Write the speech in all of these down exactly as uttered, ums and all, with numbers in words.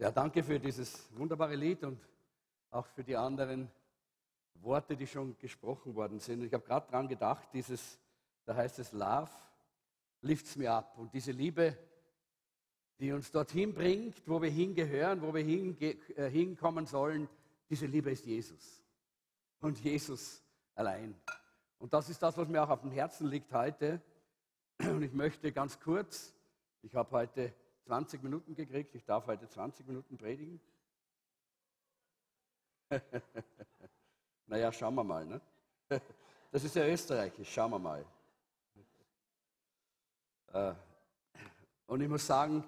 Ja, danke für dieses wunderbare Lied und auch für die anderen Worte, die schon gesprochen worden sind. Ich habe gerade daran gedacht, dieses, da heißt es, Love lifts me up. Und diese Liebe, die uns dorthin bringt, wo wir hingehören, wo wir hinge äh, hinkommen sollen, diese Liebe ist Jesus. Und Jesus allein. Und das ist das, was mir auch auf dem Herzen liegt heute. Und ich möchte ganz kurz, ich habe heute zwanzig Minuten gekriegt, ich darf heute zwanzig Minuten predigen. Naja, schauen wir mal. Ne? Das ist ja österreichisch, schauen wir mal. Und ich muss sagen,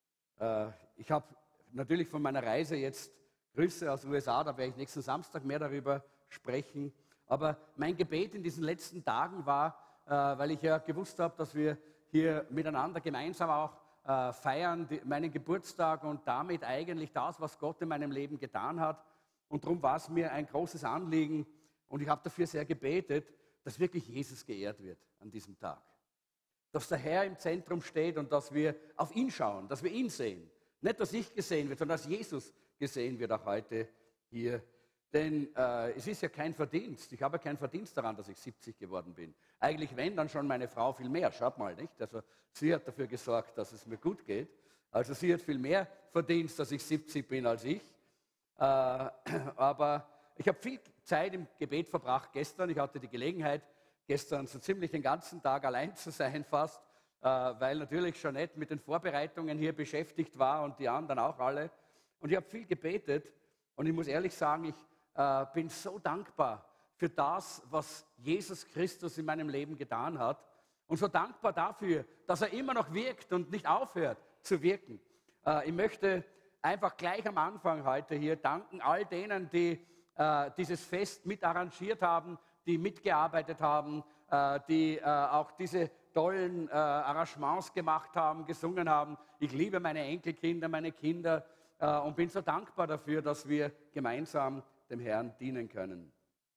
ich habe natürlich von meiner Reise jetzt Grüße aus den U S A, da werde ich nächsten Samstag mehr darüber sprechen. Aber mein Gebet in diesen letzten Tagen war, weil ich ja gewusst habe, dass wir hier miteinander gemeinsam auch feiern, meinen Geburtstag und damit eigentlich das, was Gott in meinem Leben getan hat. Und darum war es mir ein großes Anliegen und ich habe dafür sehr gebetet, dass wirklich Jesus geehrt wird an diesem Tag. Dass der Herr im Zentrum steht und dass wir auf ihn schauen, dass wir ihn sehen. Nicht, dass ich gesehen wird, sondern dass Jesus gesehen wird auch heute hier. Denn äh, es ist ja kein Verdienst. Ich habe keinen Verdienst daran, dass ich siebzig geworden bin. Eigentlich, wenn, dann schon meine Frau viel mehr. Schaut mal, nicht? Also sie hat dafür gesorgt, dass es mir gut geht. Also sie hat viel mehr Verdienst, dass ich siebzig bin als ich. Äh, aber ich habe viel Zeit im Gebet verbracht gestern. Ich hatte die Gelegenheit, gestern so ziemlich den ganzen Tag allein zu sein fast, äh, weil natürlich Jeanette mit den Vorbereitungen hier beschäftigt war und die anderen auch alle. Und ich habe viel gebetet und ich muss ehrlich sagen, ich äh, bin so dankbar für das, was Jesus Christus in meinem Leben getan hat und so dankbar dafür, dass er immer noch wirkt und nicht aufhört zu wirken. Äh, ich möchte einfach gleich am Anfang heute hier danken all denen, die äh, dieses Fest mit arrangiert haben, die mitgearbeitet haben, äh, die äh, auch diese tollen äh, Arrangements gemacht haben, gesungen haben. Ich liebe meine Enkelkinder, meine Kinder äh, und bin so dankbar dafür, dass wir gemeinsam dem Herrn dienen können.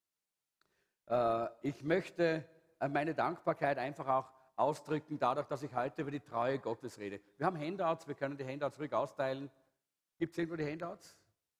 Äh, ich möchte äh, meine Dankbarkeit einfach auch ausdrücken, dadurch, dass ich heute über die Treue Gottes rede. Wir haben Handouts, wir können die Handouts ruhig austeilen. Gibt es irgendwo die Handouts?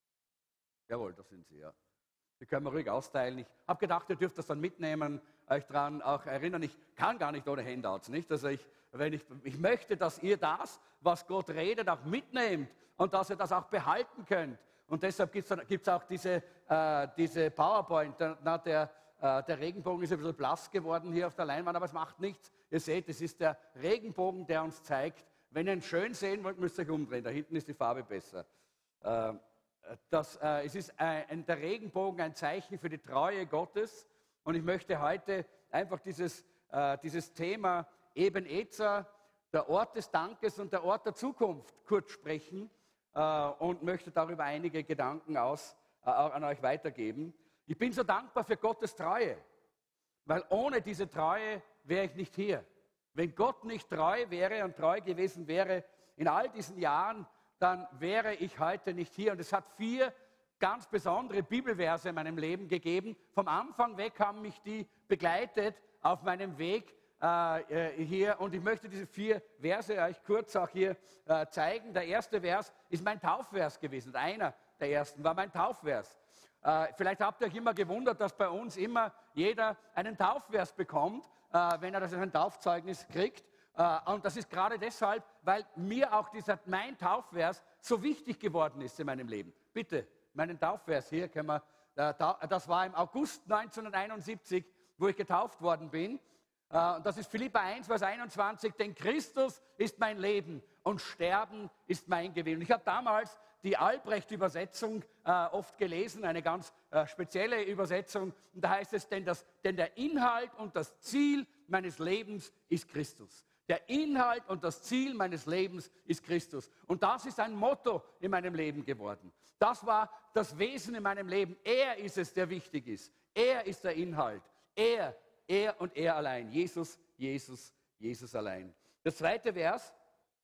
Jawohl, da sind sie, ja. Die können wir ruhig austeilen. Ich habe gedacht, ihr dürft das dann mitnehmen, euch daran auch erinnern. Ich kann gar nicht ohne Handouts, nicht? Also ich, wenn ich, ich möchte, dass ihr das, was Gott redet, auch mitnehmt und dass ihr das auch behalten könnt. Und deshalb gibt es auch diese, äh, diese PowerPoint. Na, der, äh, der Regenbogen ist ein bisschen blass geworden hier auf der Leinwand, aber es macht nichts. Ihr seht, es ist der Regenbogen, der uns zeigt, wenn ihr ihn schön sehen wollt, müsst ihr euch umdrehen. Da hinten ist die Farbe besser. Äh, Das, äh, es ist ein, der Regenbogen ein Zeichen für die Treue Gottes. Und ich möchte heute einfach dieses, äh, dieses Thema Ebenezer, der Ort des Dankes und der Ort der Zukunft, kurz sprechen äh, und möchte darüber einige Gedanken aus, äh, an euch weitergeben. Ich bin so dankbar für Gottes Treue, weil ohne diese Treue wäre ich nicht hier. Wenn Gott nicht treu wäre und treu gewesen wäre in all diesen Jahren, dann wäre ich heute nicht hier. Und es hat vier ganz besondere Bibelverse in meinem Leben gegeben. Vom Anfang weg haben mich die begleitet auf meinem Weg äh, hier. Und ich möchte diese vier Verse euch kurz auch hier äh, zeigen. Der erste Vers ist mein Taufvers gewesen. Einer der ersten war mein Taufvers. Äh, vielleicht habt ihr euch immer gewundert, dass bei uns immer jeder einen Taufvers bekommt, äh, wenn er das in ein Taufzeugnis kriegt. Uh, und das ist gerade deshalb, weil mir auch dieser, mein Taufvers so wichtig geworden ist in meinem Leben. Bitte, meinen Taufvers hier können wir, uh, das war im August neunzehnhunderteinundsiebzig, wo ich getauft worden bin. Uh, und das ist Philipper eins, Vers einundzwanzig, denn Christus ist mein Leben und Sterben ist mein Gewinn. Und ich habe damals die Albrecht-Übersetzung uh, oft gelesen, eine ganz uh, spezielle Übersetzung. Und da heißt es, denn, das, denn der Inhalt und das Ziel meines Lebens ist Christus. Der Inhalt und das Ziel meines Lebens ist Christus. Und das ist ein Motto in meinem Leben geworden. Das war das Wesen in meinem Leben. Er ist es, der wichtig ist. Er ist der Inhalt. Er, er und er allein. Jesus, Jesus, Jesus allein. Der zweite Vers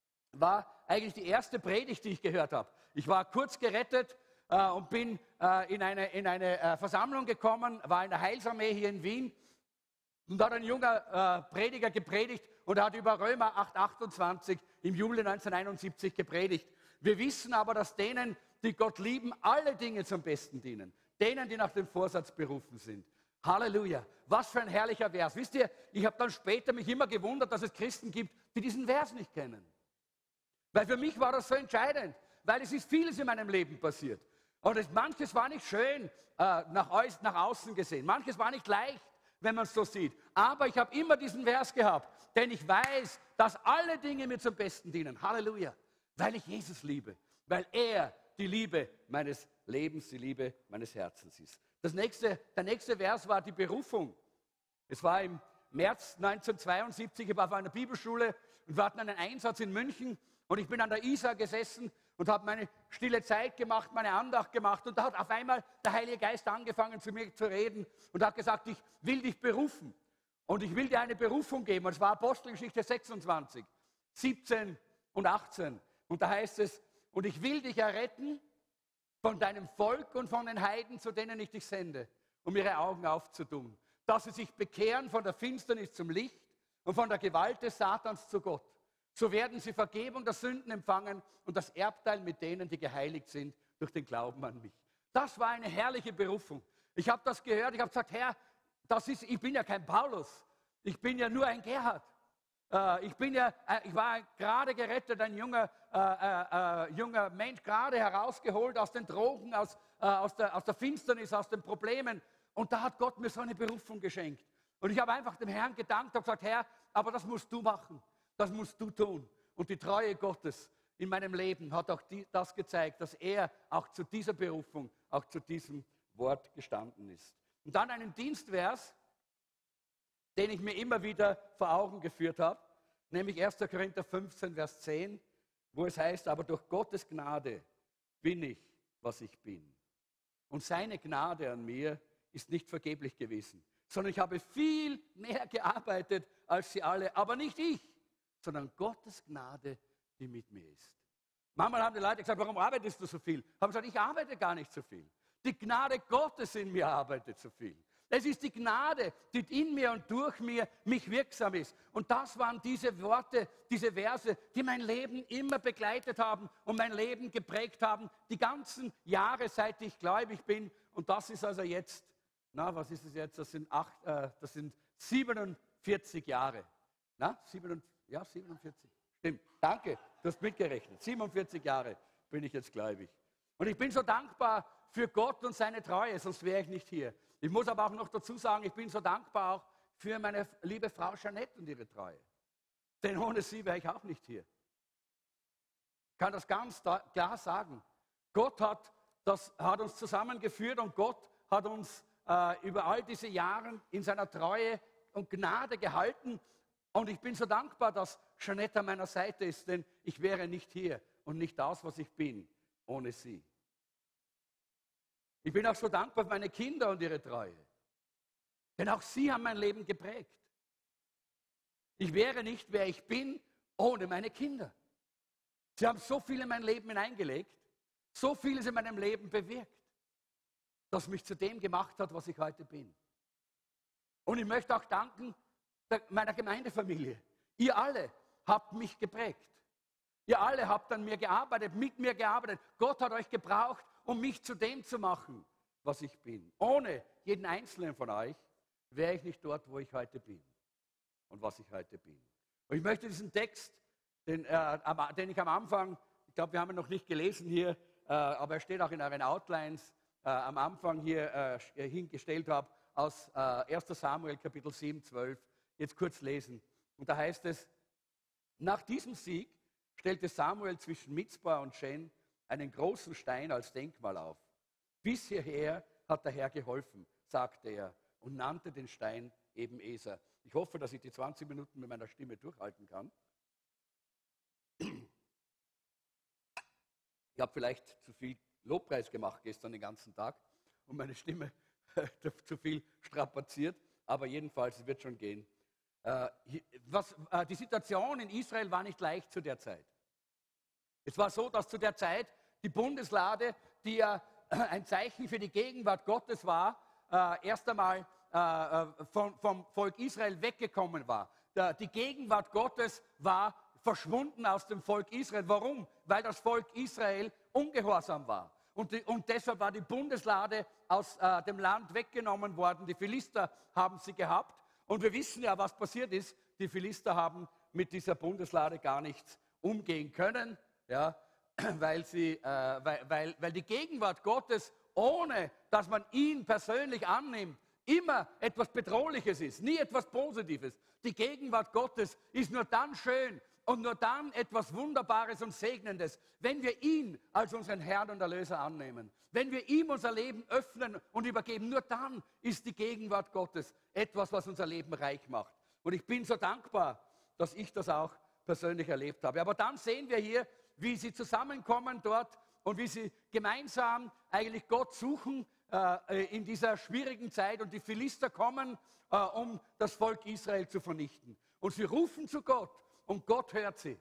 war eigentlich die erste Predigt, die ich gehört habe. Ich war kurz gerettet äh, und bin äh, in eine, in eine äh, Versammlung gekommen, war in der Heilsarmee hier in Wien. Und da hat ein junger äh, Prediger gepredigt und er hat über Römer acht, achtundzwanzig im Juli neunzehnhunderteinundsiebzig gepredigt. Wir wissen aber, dass denen, die Gott lieben, alle Dinge zum Besten dienen. Denen, die nach dem Vorsatz berufen sind. Halleluja. Was für ein herrlicher Vers. Wisst ihr, ich habe dann später mich immer gewundert, dass es Christen gibt, die diesen Vers nicht kennen. Weil für mich war das so entscheidend. Weil es ist vieles in meinem Leben passiert. Und es, manches war nicht schön äh, nach, aus, nach außen gesehen. Manches war nicht leicht, wenn man es so sieht. Aber ich habe immer diesen Vers gehabt. Denn ich weiß, dass alle Dinge mir zum Besten dienen. Halleluja. Weil ich Jesus liebe. Weil er die Liebe meines Lebens, die Liebe meines Herzens ist. Das nächste, der nächste Vers war die Berufung. Es war im März neunzehnhundertzweiundsiebzig, ich war auf einer Bibelschule und wir hatten einen Einsatz in München und ich bin an der Isar gesessen und habe meine stille Zeit gemacht, meine Andacht gemacht und da hat auf einmal der Heilige Geist angefangen zu mir zu reden und hat gesagt, ich will dich berufen und ich will dir eine Berufung geben. Und es war Apostelgeschichte sechsundzwanzig, siebzehn und achtzehn und da heißt es, und ich will dich erretten von deinem Volk und von den Heiden, zu denen ich dich sende, um ihre Augen aufzutun, dass sie sich bekehren von der Finsternis zum Licht und von der Gewalt des Satans zu Gott. So werden sie Vergebung der Sünden empfangen und das Erbteil mit denen, die geheiligt sind durch den Glauben an mich. Das war eine herrliche Berufung. Ich habe das gehört, ich habe gesagt, Herr, das ist, ich bin ja kein Paulus, ich bin ja nur ein Gerhard. Uh, ich, bin ja, uh, ich war gerade gerettet, ein junger, uh, uh, uh, junger Mensch, gerade herausgeholt aus den Drogen, aus, uh, aus, der, aus der Finsternis, aus den Problemen. Und da hat Gott mir so eine Berufung geschenkt. Und ich habe einfach dem Herrn gedankt und gesagt, Herr, aber das musst du machen, das musst du tun. Und die Treue Gottes in meinem Leben hat auch die, das gezeigt, dass er auch zu dieser Berufung, auch zu diesem Wort gestanden ist. Und dann einen Dienstvers, den ich mir immer wieder vor Augen geführt habe, nämlich erster Korinther fünfzehn, Vers zehn, wo es heißt, aber durch Gottes Gnade bin ich, was ich bin. Und seine Gnade an mir ist nicht vergeblich gewesen, sondern ich habe viel mehr gearbeitet als sie alle, aber nicht ich, sondern Gottes Gnade, die mit mir ist. Manchmal haben die Leute gesagt, warum arbeitest du so viel? Ich habe gesagt, ich arbeite gar nicht so viel. Die Gnade Gottes in mir arbeitet so viel. Es ist die Gnade, die in mir und durch mir mich wirksam ist. Und das waren diese Worte, diese Verse, die mein Leben immer begleitet haben und mein Leben geprägt haben, die ganzen Jahre, seit ich gläubig bin. Und das ist also jetzt, na, was ist es jetzt? Das sind, acht, äh, das sind siebenundvierzig Jahre. Na, siebenundvierzig, ja, siebenundvierzig. Stimmt, danke, du hast mitgerechnet. siebenundvierzig Jahre bin ich jetzt gläubig. Und ich bin so dankbar für Gott und seine Treue, sonst wäre ich nicht hier. Ich muss aber auch noch dazu sagen, ich bin so dankbar auch für meine liebe Frau Jeanette und ihre Treue. Denn ohne sie wäre ich auch nicht hier. Ich kann das ganz klar sagen. Gott hat, das, hat uns zusammengeführt und Gott hat uns äh, über all diese Jahre in seiner Treue und Gnade gehalten. Und ich bin so dankbar, dass Jeanette an meiner Seite ist, denn ich wäre nicht hier und nicht das, was ich bin, ohne sie. Ich bin auch so dankbar für meine Kinder und ihre Treue. Denn auch sie haben mein Leben geprägt. Ich wäre nicht, wer ich bin, ohne meine Kinder. Sie haben so viel in mein Leben hineingelegt, so vieles in meinem Leben bewirkt, das mich zu dem gemacht hat, was ich heute bin. Und ich möchte auch danken meiner Gemeindefamilie. Ihr alle habt mich geprägt. Ihr alle habt an mir gearbeitet, mit mir gearbeitet. Gott hat euch gebraucht, um mich zu dem zu machen, was ich bin. Ohne jeden einzelnen von euch wäre ich nicht dort, wo ich heute bin und was ich heute bin. Und ich möchte diesen Text, den, äh, den ich am Anfang, ich glaube, wir haben ihn noch nicht gelesen hier, äh, aber er steht auch in euren Outlines, äh, am Anfang hier äh, hingestellt habe, aus äh, erster Samuel Kapitel sieben, zwölf, jetzt kurz lesen. Und da heißt es, nach diesem Sieg stellte Samuel zwischen Mizpah und Shen einen großen Stein als Denkmal auf. Bis hierher hat der Herr geholfen, sagte er, und nannte den Stein eben Eser. Ich hoffe, dass ich die zwanzig Minuten mit meiner Stimme durchhalten kann. Ich habe vielleicht zu viel Lobpreis gemacht gestern den ganzen Tag und meine Stimme zu viel strapaziert, aber jedenfalls, es wird schon gehen. Äh, was, äh, die Situation in Israel war nicht leicht zu der Zeit. Es war so, dass zu der Zeit die Bundeslade, die ja ein Zeichen für die Gegenwart Gottes war, äh, erst einmal äh, vom, vom Volk Israel weggekommen war. Der, die Gegenwart Gottes war verschwunden aus dem Volk Israel. Warum? Weil das Volk Israel ungehorsam war. Und, die, und deshalb war die Bundeslade aus äh, dem Land weggenommen worden. Die Philister haben sie gehabt. Und wir wissen ja, was passiert ist. Die Philister haben mit dieser Bundeslade gar nichts umgehen können, ja, weil, sie, äh, weil, weil, weil die Gegenwart Gottes, ohne dass man ihn persönlich annimmt, immer etwas Bedrohliches ist, nie etwas Positives. Die Gegenwart Gottes ist nur dann schön und nur dann etwas Wunderbares und Segnendes, wenn wir ihn als unseren Herrn und Erlöser annehmen. Wenn wir ihm unser Leben öffnen und übergeben, nur dann ist die Gegenwart Gottes etwas, was unser Leben reich macht. Und ich bin so dankbar, dass ich das auch persönlich erlebt habe. Aber dann sehen wir hier, wie sie zusammenkommen dort und wie sie gemeinsam eigentlich Gott suchen äh, in dieser schwierigen Zeit. Und die Philister kommen, äh, um das Volk Israel zu vernichten. Und sie rufen zu Gott und Gott hört sie.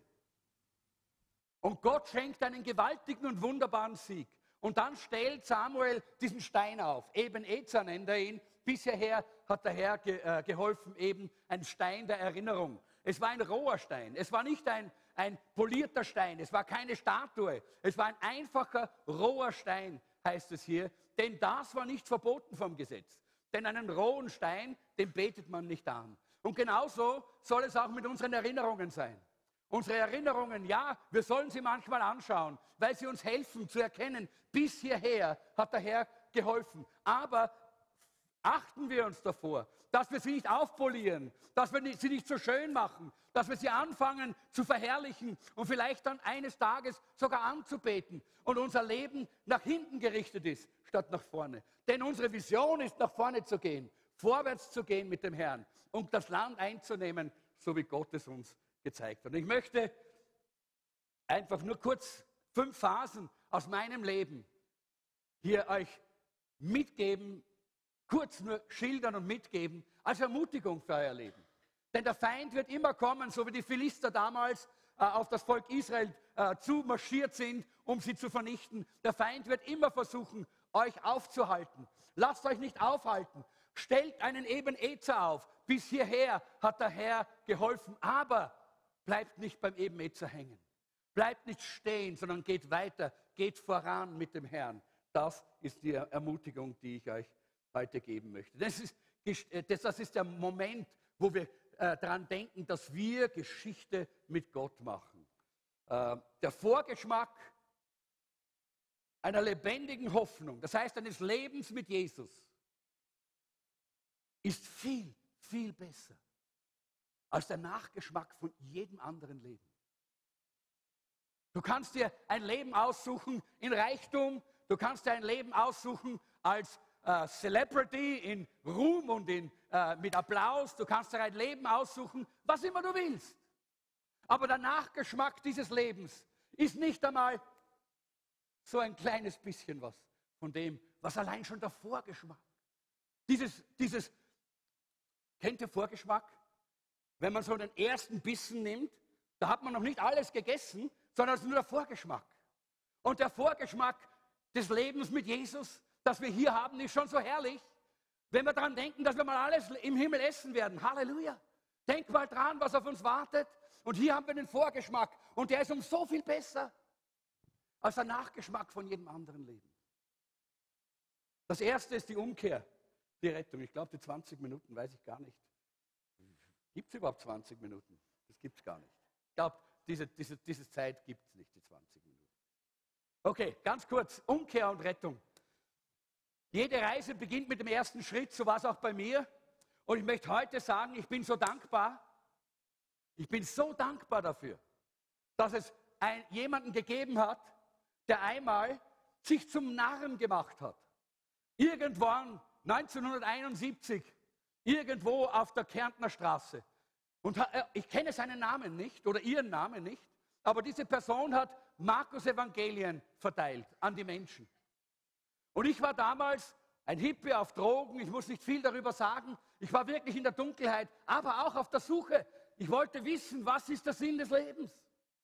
Und Gott schenkt einen gewaltigen und wunderbaren Sieg. Und dann stellt Samuel diesen Stein auf. Ebenezer nennt er ihn. Bisher hat der Herr ge, äh, geholfen, eben ein Stein der Erinnerung. Es war ein roher Stein. Es war nicht ein, ein polierter Stein. Es war keine Statue. Es war ein einfacher, roher Stein, heißt es hier. Denn das war nicht verboten vom Gesetz. Denn einen rohen Stein, den betet man nicht an. Und genauso soll es auch mit unseren Erinnerungen sein. Unsere Erinnerungen, ja, wir sollen sie manchmal anschauen, weil sie uns helfen zu erkennen, bis hierher hat der Herr geholfen. Aber achten wir uns davor, dass wir sie nicht aufpolieren, dass wir sie nicht so schön machen, dass wir sie anfangen zu verherrlichen und vielleicht dann eines Tages sogar anzubeten und unser Leben nach hinten gerichtet ist, statt nach vorne. Denn unsere Vision ist, nach vorne zu gehen, vorwärts zu gehen mit dem Herrn und das Land einzunehmen, so wie Gott es uns gezeigt hat. Und ich möchte einfach nur kurz fünf Phasen aus meinem Leben hier euch mitgeben, kurz nur schildern und mitgeben, als Ermutigung für euer Leben. Denn der Feind wird immer kommen, so wie die Philister damals äh, auf das Volk Israel äh, zumarschiert sind, um sie zu vernichten. Der Feind wird immer versuchen, euch aufzuhalten. Lasst euch nicht aufhalten. Stellt einen Ebenezer auf. Bis hierher hat der Herr geholfen. Aber bleibt nicht beim Ebenezer hängen. Bleibt nicht stehen, sondern geht weiter. Geht voran mit dem Herrn. Das ist die Ermutigung, die ich euch heute geben möchte. Das ist, das ist der Moment, wo wir äh, daran denken, dass wir Geschichte mit Gott machen. Äh, der Vorgeschmack einer lebendigen Hoffnung, das heißt eines Lebens mit Jesus, ist viel, viel besser als der Nachgeschmack von jedem anderen Leben. Du kannst dir ein Leben aussuchen in Reichtum, du kannst dir ein Leben aussuchen als äh, Celebrity, in Ruhm und in, äh, mit Applaus, du kannst dir ein Leben aussuchen, was immer du willst. Aber der Nachgeschmack dieses Lebens ist nicht einmal so ein kleines bisschen was von dem, was allein schon der Vorgeschmack. Dieses, dieses, kennt ihr Vorgeschmack? Wenn man so den ersten Bissen nimmt, da hat man noch nicht alles gegessen, sondern es ist nur der Vorgeschmack. Und der Vorgeschmack des Lebens mit Jesus, das wir hier haben, ist schon so herrlich. Wenn wir daran denken, dass wir mal alles im Himmel essen werden. Halleluja. Denk mal dran, was auf uns wartet. Und hier haben wir den Vorgeschmack. Und der ist um so viel besser als der Nachgeschmack von jedem anderen Leben. Das erste ist die Umkehr, die Rettung. Ich glaube, die zwanzig Minuten weiß ich gar nicht. Gibt es überhaupt zwanzig Minuten? Das gibt es gar nicht. Ich glaube, diese, diese, diese Zeit gibt es nicht, die zwanzig Minuten. Okay, ganz kurz, Umkehr und Rettung. Jede Reise beginnt mit dem ersten Schritt, so war es auch bei mir. Und ich möchte heute sagen, ich bin so dankbar, ich bin so dankbar dafür, dass es ein, jemanden gegeben hat, der einmal sich zum Narren gemacht hat. Irgendwann, neunzehnhunderteinundsiebzig, irgendwo auf der Kärntner Straße. Und ich kenne seinen Namen nicht oder ihren Namen nicht, aber diese Person hat Markus-Evangelien verteilt an die Menschen. Und ich war damals ein Hippie auf Drogen, ich muss nicht viel darüber sagen, ich war wirklich in der Dunkelheit, aber auch auf der Suche. Ich wollte wissen, was ist der Sinn des Lebens?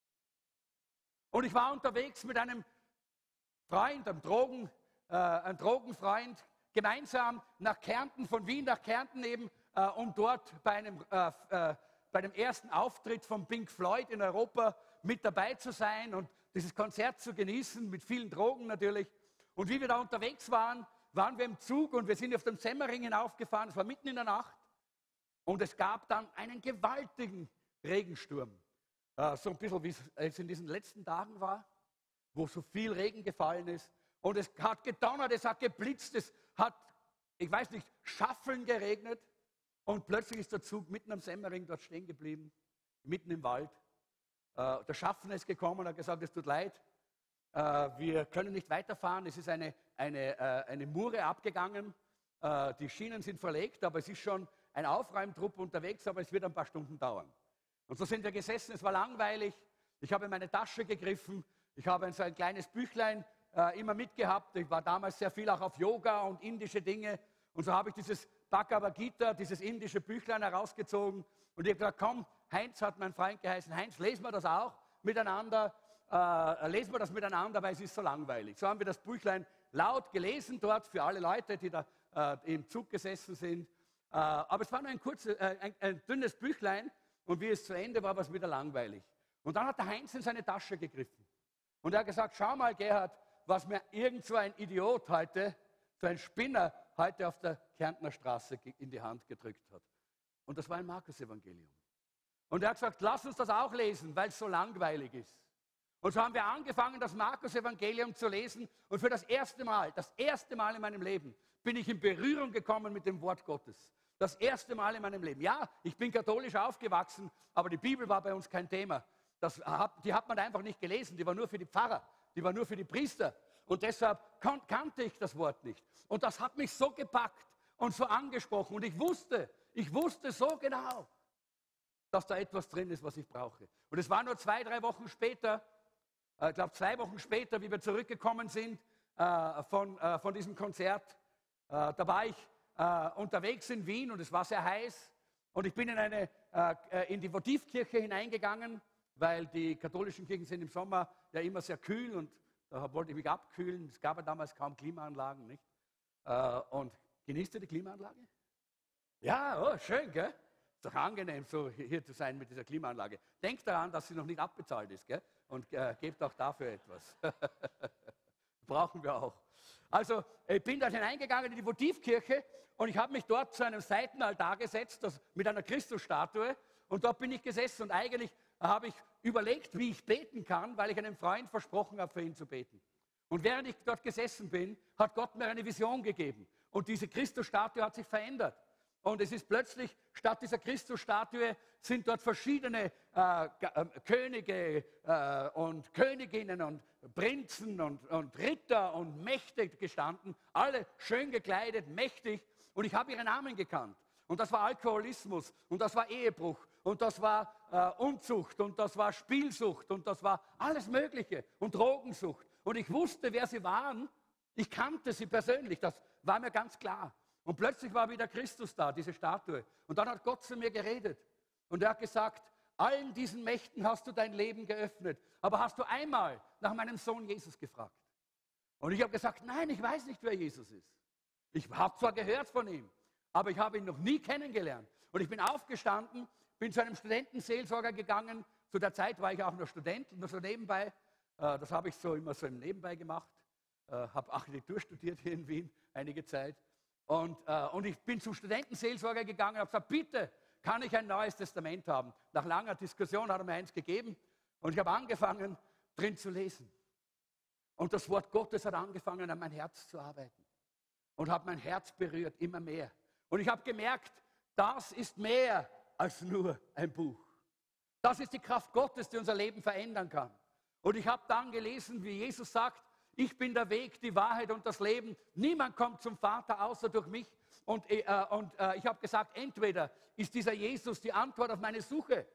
Und ich war unterwegs mit einem Freund, einem, Drogen, äh, einem Drogenfreund, gemeinsam nach Kärnten, von Wien nach Kärnten eben, äh, um dort bei einem äh, äh, bei dem ersten Auftritt von Pink Floyd in Europa mit dabei zu sein und dieses Konzert zu genießen, mit vielen Drogen natürlich. Und wie wir da unterwegs waren, waren wir im Zug und wir sind auf dem Semmering hinaufgefahren, es war mitten in der Nacht. Und es gab dann einen gewaltigen Regensturm. Äh, so ein bisschen wie es in diesen letzten Tagen war, wo so viel Regen gefallen ist. Und es hat gedonnert, es hat geblitzt, es hat, ich weiß nicht, Schaffeln geregnet. Und plötzlich ist der Zug mitten am Semmering dort stehen geblieben, mitten im Wald. Äh, der Schaffner ist gekommen und hat gesagt, es tut leid, äh, wir können nicht weiterfahren. Es ist eine, eine, äh, eine Mure abgegangen, äh, die Schienen sind verlegt, aber es ist schon ein Aufräumtrupp unterwegs, aber es wird ein paar Stunden dauern. Und so sind wir gesessen, es war langweilig. Ich habe in meine Tasche gegriffen, ich habe so ein kleines Büchlein äh, immer mitgehabt. Ich war damals sehr viel auch auf Yoga und indische Dinge. Und so habe ich dieses Bhagavad Gita, dieses indische Büchlein herausgezogen. Und ich habe gesagt, komm, Heinz hat mein Freund geheißen, Heinz, lesen wir das auch miteinander. Äh, lesen wir das miteinander, weil es ist so langweilig. So haben wir das Büchlein laut gelesen dort für alle Leute, die da äh, im Zug gesessen sind. Äh, aber es war nur ein, kurzes, äh, ein, ein dünnes Büchlein und wie es zu Ende war, war es wieder langweilig. Und dann hat der Heinz in seine Tasche gegriffen. Und er hat gesagt, schau mal Gerhard, was mir irgend so ein Idiot heute, so ein Spinner heute auf der Kärntner Straße in die Hand gedrückt hat. Und das war ein Markus-Evangelium. Und er hat gesagt, lass uns das auch lesen, weil es so langweilig ist. Und so haben wir angefangen, das Markus-Evangelium zu lesen. Und für das erste Mal, das erste Mal in meinem Leben, bin ich in Berührung gekommen mit dem Wort Gottes. Das erste Mal in meinem Leben. Ja, ich bin katholisch aufgewachsen, aber die Bibel war bei uns kein Thema. Das hat, die hat man einfach nicht gelesen, die war nur für die Pfarrer, die war nur für die Priester. Und deshalb kan kannte ich das Wort nicht. Und das hat mich so gepackt und so angesprochen. Und ich wusste, ich wusste so genau, dass da etwas drin ist, was ich brauche. Und es war nur zwei, drei Wochen später, äh, ich glaube zwei Wochen später, wie wir zurückgekommen sind äh, von, äh, von diesem Konzert. Äh, da war ich äh, unterwegs in Wien und es war sehr heiß. Und ich bin in, eine, äh, in die Votivkirche hineingegangen, weil die katholischen Kirchen sind im Sommer ja immer sehr kühl und da wollte ich mich abkühlen. Es gab ja damals kaum Klimaanlagen, nicht? Äh, und genießt ihr die Klimaanlage? Ja, oh, schön, gell? Ist doch angenehm, so hier zu sein mit dieser Klimaanlage. Denkt daran, dass sie noch nicht abbezahlt ist, gell? Und äh, gebt auch dafür etwas. Brauchen wir auch. Also, ich bin da hineingegangen in die Votivkirche und ich habe mich dort zu einem Seitenaltar gesetzt, das, mit einer Christusstatue. Und dort bin ich gesessen und eigentlich habe ich überlegt, wie ich beten kann, weil ich einem Freund versprochen habe, für ihn zu beten. Und während ich dort gesessen bin, hat Gott mir eine Vision gegeben. Und diese Christusstatue hat sich verändert. Und es ist plötzlich, statt dieser Christusstatue, sind dort verschiedene äh, äh, Könige äh, und Königinnen und Prinzen und, und Ritter und Mächte gestanden, alle schön gekleidet, mächtig. Und ich habe ihre Namen gekannt. Und das war Alkoholismus und das war Ehebruch und das war äh, Unzucht und das war Spielsucht und das war alles Mögliche und Drogensucht. Und ich wusste, wer sie waren. Ich kannte sie persönlich, das war mir ganz klar. Und plötzlich war wieder Christus da, diese Statue. Und dann hat Gott zu mir geredet. Und er hat gesagt, allen diesen Mächten hast du dein Leben geöffnet. Aber hast du einmal nach meinem Sohn Jesus gefragt? Und ich habe gesagt, nein, ich weiß nicht, wer Jesus ist. Ich habe zwar gehört von ihm, aber ich habe ihn noch nie kennengelernt. Und ich bin aufgestanden, bin zu einem Studentenseelsorger gegangen. Zu der Zeit war ich auch noch Student, nur so nebenbei. Äh, das habe ich so immer so im Nebenbei gemacht. Äh, habe Architektur studiert hier in Wien einige Zeit. Und, äh, und ich bin zum Studentenseelsorger gegangen und habe gesagt, bitte, kann ich ein neues Testament haben? Nach langer Diskussion hat er mir eins gegeben und ich habe angefangen, drin zu lesen. Und das Wort Gottes hat angefangen, an mein Herz zu arbeiten. Und hat mein Herz berührt, immer mehr. Und ich habe gemerkt, das ist mehr als nur ein Buch. Das ist die Kraft Gottes, die unser Leben verändern kann. Und ich habe dann gelesen, wie Jesus sagt, ich bin der Weg, die Wahrheit und das Leben. Niemand kommt zum Vater außer durch mich. Und, äh, und äh, ich habe gesagt, entweder ist dieser Jesus die Antwort auf meine Suche.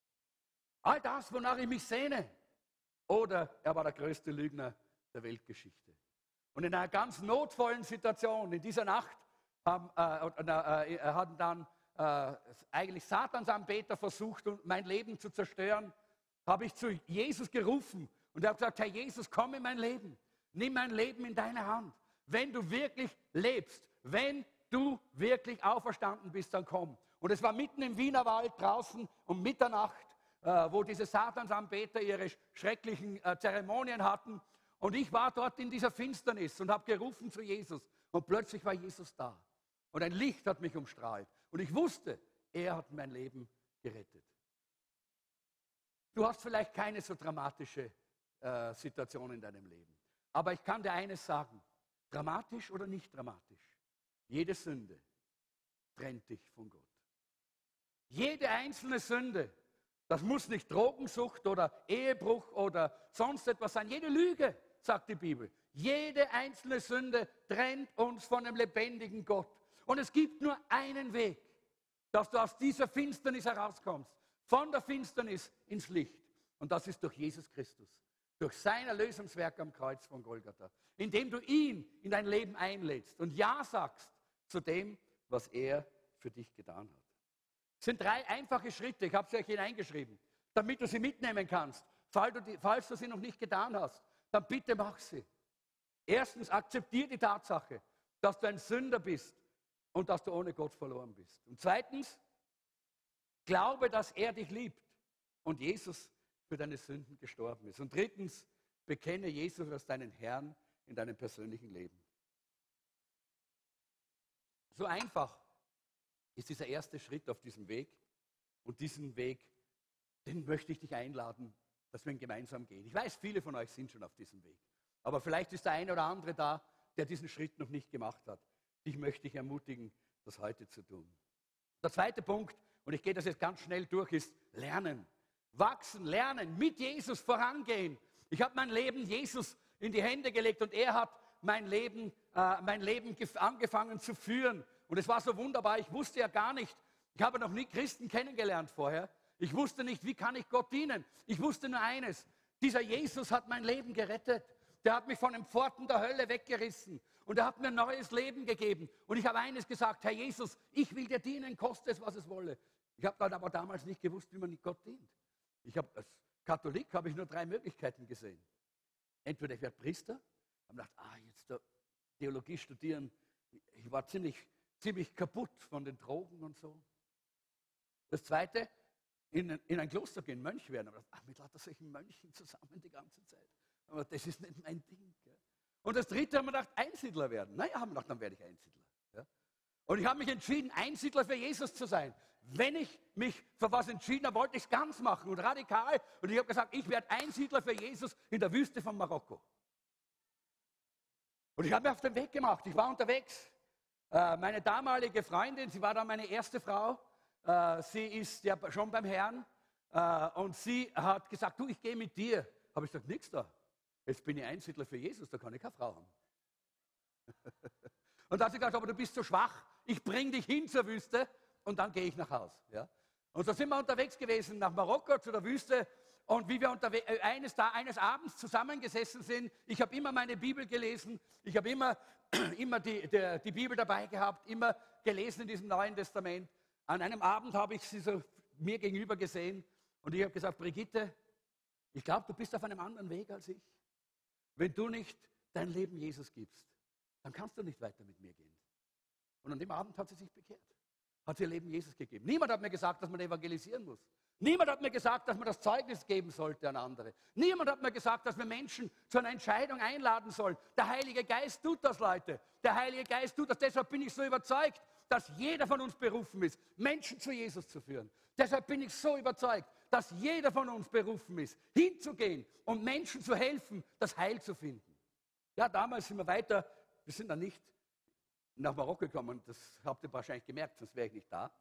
All das, wonach ich mich sehne. Oder er war der größte Lügner der Weltgeschichte. Und in einer ganz notvollen Situation, in dieser Nacht, haben, äh, äh, haben dann äh, eigentlich Satansanbeter versucht, mein Leben zu zerstören, habe ich zu Jesus gerufen und habe gesagt, Herr Jesus, komm in mein Leben. Nimm mein Leben in deine Hand. Wenn du wirklich lebst, wenn du wirklich auferstanden bist, dann komm. Und es war mitten im Wienerwald draußen um Mitternacht, äh, wo diese Satansanbeter ihre schrecklichen äh, Zeremonien hatten. Und ich war dort in dieser Finsternis und habe gerufen zu Jesus. Und plötzlich war Jesus da. Und ein Licht hat mich umstrahlt. Und ich wusste, er hat mein Leben gerettet. Du hast vielleicht keine so dramatische äh, Situation in deinem Leben. Aber ich kann dir eines sagen. Dramatisch oder nicht dramatisch. Jede Sünde trennt dich von Gott. Jede einzelne Sünde, das muss nicht Drogensucht oder Ehebruch oder sonst etwas sein. Jede Lüge, sagt die Bibel. Jede einzelne Sünde trennt uns von dem lebendigen Gott. Und es gibt nur einen Weg, dass du aus dieser Finsternis herauskommst. Von der Finsternis ins Licht. Und das ist durch Jesus Christus. Durch sein Erlösungswerk am Kreuz von Golgatha. Indem du ihn in dein Leben einlädst und Ja sagst zu dem, was er für dich getan hat. Es sind drei einfache Schritte, ich habe sie euch hineingeschrieben, damit du sie mitnehmen kannst. Falls du, die, falls du sie noch nicht getan hast, dann bitte mach sie. Erstens, akzeptiere die Tatsache, dass du ein Sünder bist und dass du ohne Gott verloren bist. Und zweitens, glaube, dass er dich liebt und Jesus für deine Sünden gestorben ist. Und drittens, bekenne Jesus als deinen Herrn in deinem persönlichen Leben. So einfach ist dieser erste Schritt auf diesem Weg. Und diesen Weg, den möchte ich dich einladen, dass wir ihn gemeinsam gehen. Ich weiß, viele von euch sind schon auf diesem Weg. Aber vielleicht ist der eine oder andere da, der diesen Schritt noch nicht gemacht hat. Dich möchte ich ermutigen, das heute zu tun. Der zweite Punkt, und ich gehe das jetzt ganz schnell durch, ist lernen. Wachsen, lernen, mit Jesus vorangehen. Ich habe mein Leben Jesus in die Hände gelegt und er hat mein Leben, äh, mein Leben angefangen zu führen. Und es war so wunderbar, ich wusste ja gar nicht, ich habe noch nie Christen kennengelernt vorher. Ich wusste nicht, wie kann ich Gott dienen. Ich wusste nur eines, dieser Jesus hat mein Leben gerettet. Der hat mich von den Pforten der Hölle weggerissen. Und er hat mir ein neues Leben gegeben. Und ich habe eines gesagt, Herr Jesus, ich will dir dienen, koste es, was es wolle. Ich habe dann aber damals nicht gewusst, wie man nicht Gott dient. Ich habe als Katholik habe ich nur drei Möglichkeiten gesehen. Entweder ich werde Priester, habe gedacht, ah, jetzt da Theologie studieren. Ich war ziemlich, ziemlich kaputt von den Drogen und so. Das Zweite, in, in ein Kloster gehen, Mönch werden. Aber ach, mit lauter solchen Mönchen zusammen die ganze Zeit. Aber das ist nicht mein Ding. Gell? Und das Dritte haben wir gedacht, Einsiedler werden. Naja, haben wir gedacht, dann werde ich Einsiedler. Ja? Und ich habe mich entschieden, Einsiedler für Jesus zu sein. Wenn ich mich für was entschieden habe, wollte ich es ganz machen und radikal. Und ich habe gesagt, ich werde Einsiedler für Jesus in der Wüste von Marokko. Und ich habe mich auf den Weg gemacht. Ich war unterwegs. Äh, meine damalige Freundin, sie war dann meine erste Frau. Äh, sie ist ja schon beim Herrn. Äh, und sie hat gesagt, du, ich gehe mit dir. Habe ich gesagt, nichts da. Jetzt bin ich Einsiedler für Jesus, da kann ich keine Frau haben. Und da hat sie gesagt, aber du bist so schwach, ich bringe dich hin zur Wüste und dann gehe ich nach Hause. Ja? Und so sind wir unterwegs gewesen nach Marokko zu der Wüste. Und wie wir unterwe- eines, da, eines Abends zusammengesessen sind, ich habe immer meine Bibel gelesen, ich habe immer, immer die, die, die Bibel dabei gehabt, immer gelesen in diesem Neuen Testament. An einem Abend habe ich sie so mir gegenüber gesehen und ich habe gesagt, Brigitte, ich glaube, du bist auf einem anderen Weg als ich. Wenn du nicht dein Leben Jesus gibst, dann kannst du nicht weiter mit mir gehen. Und an dem Abend hat sie sich bekehrt, hat ihr Leben Jesus gegeben. Niemand hat mir gesagt, dass man evangelisieren muss. Niemand hat mir gesagt, dass man das Zeugnis geben sollte an andere. Niemand hat mir gesagt, dass wir Menschen zu einer Entscheidung einladen sollen. Der Heilige Geist tut das, Leute. Der Heilige Geist tut das. Deshalb bin ich so überzeugt, dass jeder von uns berufen ist, Menschen zu Jesus zu führen. Deshalb bin ich so überzeugt, dass jeder von uns berufen ist, hinzugehen und Menschen zu helfen, das Heil zu finden. Ja, damals sind wir weiter, wir sind dann nicht nach Marokko gekommen, das habt ihr wahrscheinlich gemerkt, sonst wäre ich nicht da.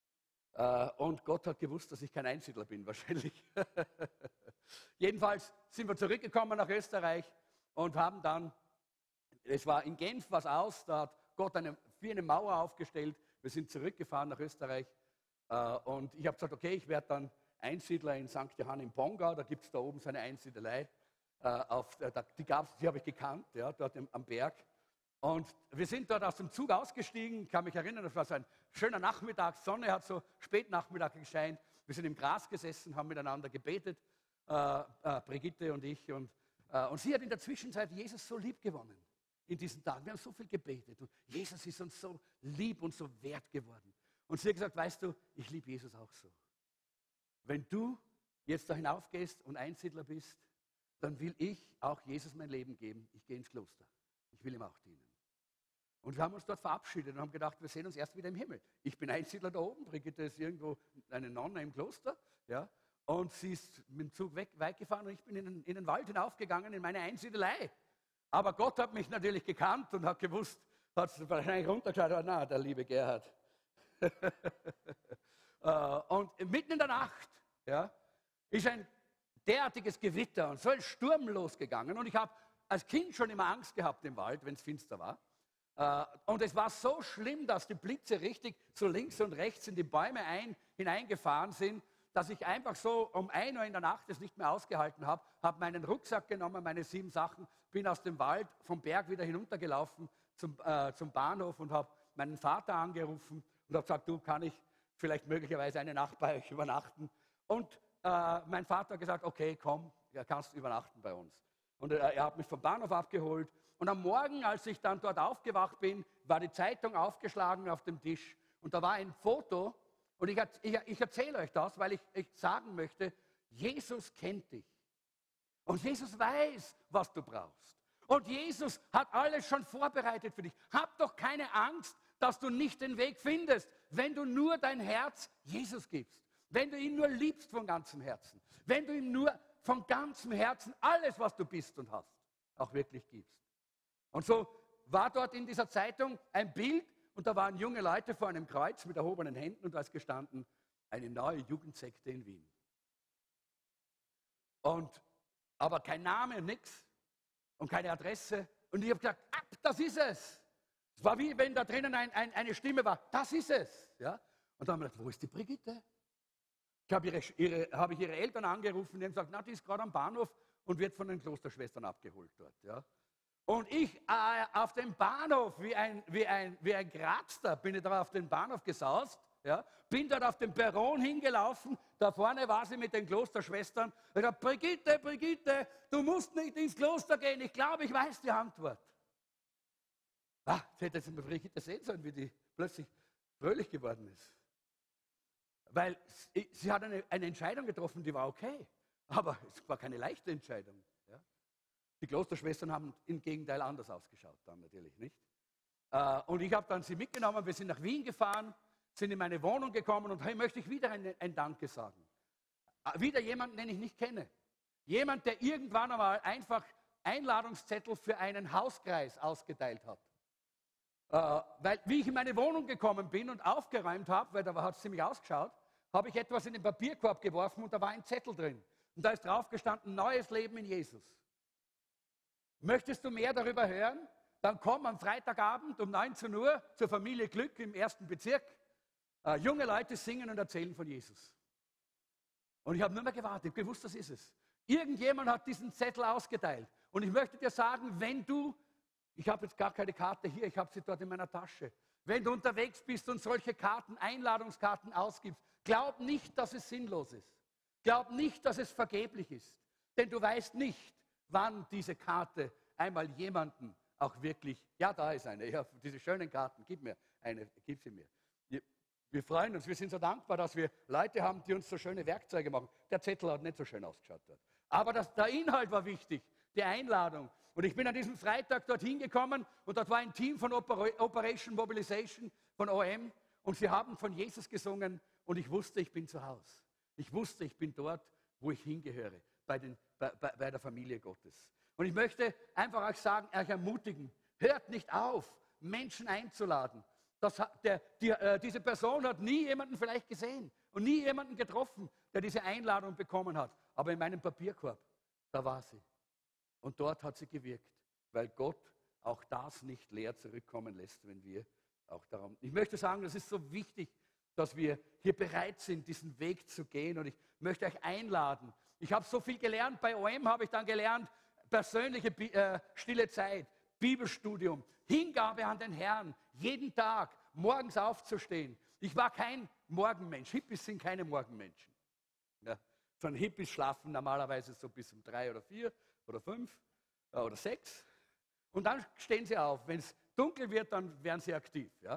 Und Gott hat gewusst, dass ich kein Einsiedler bin, wahrscheinlich. Jedenfalls sind wir zurückgekommen nach Österreich und haben dann, es war in Genf was aus, da hat Gott eine, wie eine Mauer aufgestellt. Wir sind zurückgefahren nach Österreich und ich habe gesagt, okay, ich werde dann Einsiedler in Sankt Johann im Pongau, da gibt es da oben so eine Einsiedelei, auf, die gab's, die habe ich gekannt, ja, dort am Berg. Und wir sind dort aus dem Zug ausgestiegen, ich kann mich erinnern, das war so ein schöner Nachmittag, Sonne hat so Spätnachmittag gescheint. Wir sind im Gras gesessen, haben miteinander gebetet, äh, äh, Brigitte und ich. Und, äh, und sie hat in der Zwischenzeit Jesus so lieb gewonnen in diesen Tagen. Wir haben so viel gebetet und Jesus ist uns so lieb und so wert geworden. Und sie hat gesagt, weißt du, ich liebe Jesus auch so. Wenn du jetzt da hinaufgehst und Einsiedler bist, dann will ich auch Jesus mein Leben geben. Ich gehe ins Kloster. Ich will ihm auch dienen. Und wir haben uns dort verabschiedet und haben gedacht, wir sehen uns erst wieder im Himmel. Ich bin Einsiedler da oben, Brigitte ist irgendwo eine Nonne im Kloster. Ja, und sie ist mit dem Zug weg, weit gefahren und ich bin in den, in den Wald hinaufgegangen, in meine Einsiedelei. Aber Gott hat mich natürlich gekannt und hat gewusst, hat es wahrscheinlich runtergeschaut, oh, na, der liebe Gerhard. Und mitten in der Nacht, ja, ist ein derartiges Gewitter und so ein Sturm losgegangen. Und ich habe als Kind schon immer Angst gehabt im Wald, wenn es finster war. Und es war so schlimm, dass die Blitze richtig so links und rechts in die Bäume ein, hineingefahren sind, dass ich einfach so um ein Uhr in der Nacht es nicht mehr ausgehalten habe, habe meinen Rucksack genommen, meine sieben Sachen, bin aus dem Wald vom Berg wieder hinuntergelaufen zum, äh, zum Bahnhof und habe meinen Vater angerufen und habe gesagt, du, kann ich vielleicht möglicherweise eine Nacht bei euch übernachten? Und äh, mein Vater hat gesagt, okay, komm, du kannst übernachten bei uns. Und äh, er hat mich vom Bahnhof abgeholt. Und am Morgen, als ich dann dort aufgewacht bin, war die Zeitung aufgeschlagen auf dem Tisch. Und da war ein Foto. Und ich, ich, ich erzähle euch das, weil ich, ich sagen möchte, Jesus kennt dich. Und Jesus weiß, was du brauchst. Und Jesus hat alles schon vorbereitet für dich. Hab doch keine Angst, dass du nicht den Weg findest, wenn du nur dein Herz Jesus gibst. Wenn du ihn nur liebst von ganzem Herzen. Wenn du ihm nur von ganzem Herzen alles, was du bist und hast, auch wirklich gibst. Und so war dort in dieser Zeitung ein Bild und da waren junge Leute vor einem Kreuz mit erhobenen Händen und da ist gestanden, eine neue Jugendsekte in Wien. Und, aber kein Name, nichts und keine Adresse. Und ich habe gesagt, ab, das ist es. Es war wie wenn da drinnen ein, ein, eine Stimme war, das ist es. Ja? Und dann haben wir gedacht, wo ist die Brigitte? Ich habe ihre, ihre, hab ich ihre Eltern angerufen, die haben gesagt, na, die ist gerade am Bahnhof und wird von den Klosterschwestern abgeholt dort. Ja? Und ich äh, auf dem Bahnhof, wie ein, wie, ein, wie ein Grazter, bin ich da auf den Bahnhof gesaust, ja? Bin dort auf den Perron hingelaufen, da vorne war sie mit den Klosterschwestern. Ich habe gesagt, Brigitte, Brigitte, du musst nicht ins Kloster gehen, ich glaube, ich weiß die Antwort. Ah, jetzt hätte jetzt mal Brigitte sehen sollen, wie die plötzlich fröhlich geworden ist. Weil sie, sie hat eine, eine Entscheidung getroffen, die war okay, aber es war keine leichte Entscheidung. Ja? Die Klosterschwestern haben im Gegenteil anders ausgeschaut dann natürlich, nicht? Äh, und ich habe dann sie mitgenommen, wir sind nach Wien gefahren, sind in meine Wohnung gekommen und hey, möchte ich wieder ein, ein Danke sagen. Äh, wieder jemanden, den ich nicht kenne. Jemand, der irgendwann einmal einfach Einladungszettel für einen Hauskreis ausgeteilt hat. Äh, weil, wie ich in meine Wohnung gekommen bin und aufgeräumt habe, weil da hat es ziemlich ausgeschaut, habe ich etwas in den Papierkorb geworfen und da war ein Zettel drin. Und da ist drauf gestanden, neues Leben in Jesus. Möchtest du mehr darüber hören? Dann komm am Freitagabend um neunzehn Uhr zur Familie Glück im ersten Bezirk. Äh, junge Leute singen und erzählen von Jesus. Und ich habe nur mehr gewartet, gewusst, das ist es. Irgendjemand hat diesen Zettel ausgeteilt. Und ich möchte dir sagen, wenn du, ich habe jetzt gar keine Karte hier, ich habe sie dort in meiner Tasche. Wenn du unterwegs bist und solche Karten, Einladungskarten ausgibst, glaub nicht, dass es sinnlos ist. Glaub nicht, dass es vergeblich ist. Denn du weißt nicht, wann diese Karte einmal jemanden auch wirklich, ja, da ist eine, ja, diese schönen Karten, gib mir eine, gib sie mir. Wir, wir freuen uns, wir sind so dankbar, dass wir Leute haben, die uns so schöne Werkzeuge machen. Der Zettel hat nicht so schön ausgeschaut dort. Aber das, der Inhalt war wichtig, die Einladung. Und ich bin an diesem Freitag dorthin gekommen und dort war ein Team von Operation Mobilization, von O M und sie haben von Jesus gesungen und ich wusste, ich bin zu Hause. Ich wusste, ich bin dort, wo ich hingehöre, bei, den, bei, bei, bei der Familie Gottes. Und ich möchte einfach euch sagen, euch ermutigen, hört nicht auf, Menschen einzuladen. Das, der, die, äh, diese Person hat nie jemanden vielleicht gesehen und nie jemanden getroffen, der diese Einladung bekommen hat. Aber in meinem Papierkorb, da war sie. Und dort hat sie gewirkt, weil Gott auch das nicht leer zurückkommen lässt, wenn wir auch darum. Ich möchte sagen, das ist so wichtig, dass wir hier bereit sind, diesen Weg zu gehen. Und ich möchte euch einladen. Ich habe so viel gelernt. Bei O M habe ich dann gelernt, persönliche äh, stille Zeit, Bibelstudium, Hingabe an den Herrn, jeden Tag morgens aufzustehen. Ich war kein Morgenmensch. Hippies sind keine Morgenmenschen. Ja, sondern Hippies schlafen normalerweise so bis um drei oder vier oder fünf äh, oder sechs. Und dann stehen sie auf. Wenn es dunkel wird, dann werden sie aktiv. Ja?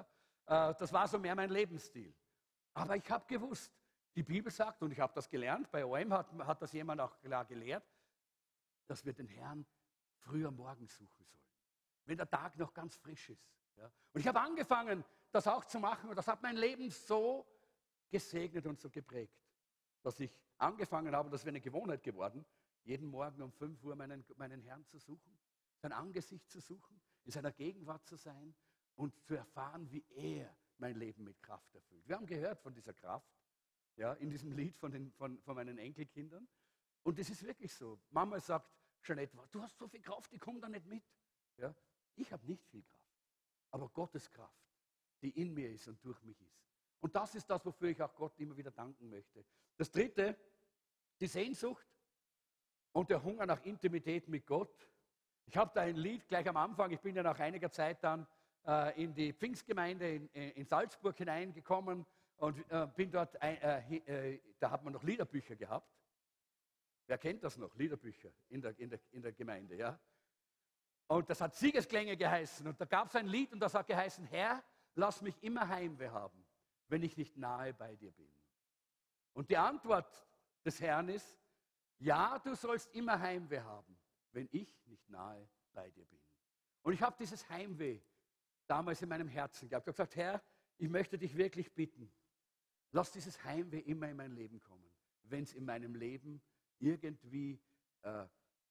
Äh, das war so mehr mein Lebensstil. Aber ich habe gewusst, die Bibel sagt, und ich habe das gelernt, bei O M hat, hat das jemand auch klar gelehrt, dass wir den Herrn früh am Morgen suchen sollen, wenn der Tag noch ganz frisch ist. Ja? Und ich habe angefangen, das auch zu machen, und das hat mein Leben so gesegnet und so geprägt, dass ich angefangen habe, das wäre eine Gewohnheit geworden, jeden Morgen um fünf Uhr meinen, meinen Herrn zu suchen, sein Angesicht zu suchen, in seiner Gegenwart zu sein und zu erfahren, wie er mein Leben mit Kraft erfüllt. Wir haben gehört von dieser Kraft, ja, in diesem Lied von, den, von, von meinen Enkelkindern. Und es ist wirklich so. Mama sagt, Jeanette, du hast so viel Kraft, die kommt da nicht mit. Ja? Ich habe nicht viel Kraft, aber Gottes Kraft, die in mir ist und durch mich ist. Und das ist das, wofür ich auch Gott immer wieder danken möchte. Das Dritte, die Sehnsucht und der Hunger nach Intimität mit Gott. Ich habe da ein Lied gleich am Anfang, ich bin ja nach einiger Zeit dann äh, in die Pfingstgemeinde in, in Salzburg hineingekommen und äh, bin dort, ein, äh, äh, da hat man noch Liederbücher gehabt. Wer kennt das noch, Liederbücher in der, in der, in der Gemeinde, ja? Und das hat Siegesklänge geheißen. Und da gab es ein Lied und das hat geheißen, Herr, lass mich immer Heimweh haben, wenn ich nicht nahe bei dir bin. Und die Antwort des Herrn ist, ja, du sollst immer Heimweh haben, wenn ich nicht nahe bei dir bin. Und ich habe dieses Heimweh damals in meinem Herzen gehabt. Ich habe gesagt, Herr, ich möchte dich wirklich bitten, lass dieses Heimweh immer in mein Leben kommen, wenn es in meinem Leben irgendwie äh,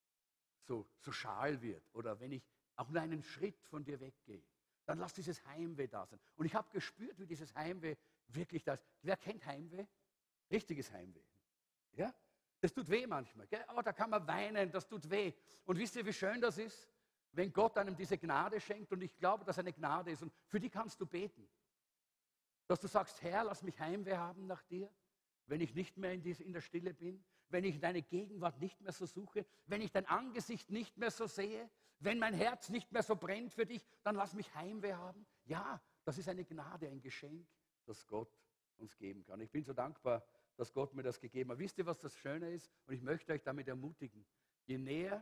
so, so schal wird oder wenn ich auch nur einen Schritt von dir weggehe, dann lass dieses Heimweh da sein. Und ich habe gespürt, wie dieses Heimweh wirklich da ist. Wer kennt Heimweh? Richtiges Heimweh. Ja? Das tut weh manchmal. Gell? Oh, da kann man weinen, das tut weh. Und wisst ihr, wie schön das ist, wenn Gott einem diese Gnade schenkt? Und ich glaube, dass eine Gnade ist. Und für die kannst du beten. Dass du sagst, Herr, lass mich Heimweh haben nach dir, wenn ich nicht mehr in, die, in der Stille bin, wenn ich deine Gegenwart nicht mehr so suche, wenn ich dein Angesicht nicht mehr so sehe, wenn mein Herz nicht mehr so brennt für dich, dann lass mich Heimweh haben. Ja, das ist eine Gnade, ein Geschenk, das Gott uns geben kann. Ich bin so dankbar, dass Gott mir das gegeben hat. Wisst ihr, was das Schöne ist? Und ich möchte euch damit ermutigen. Je näher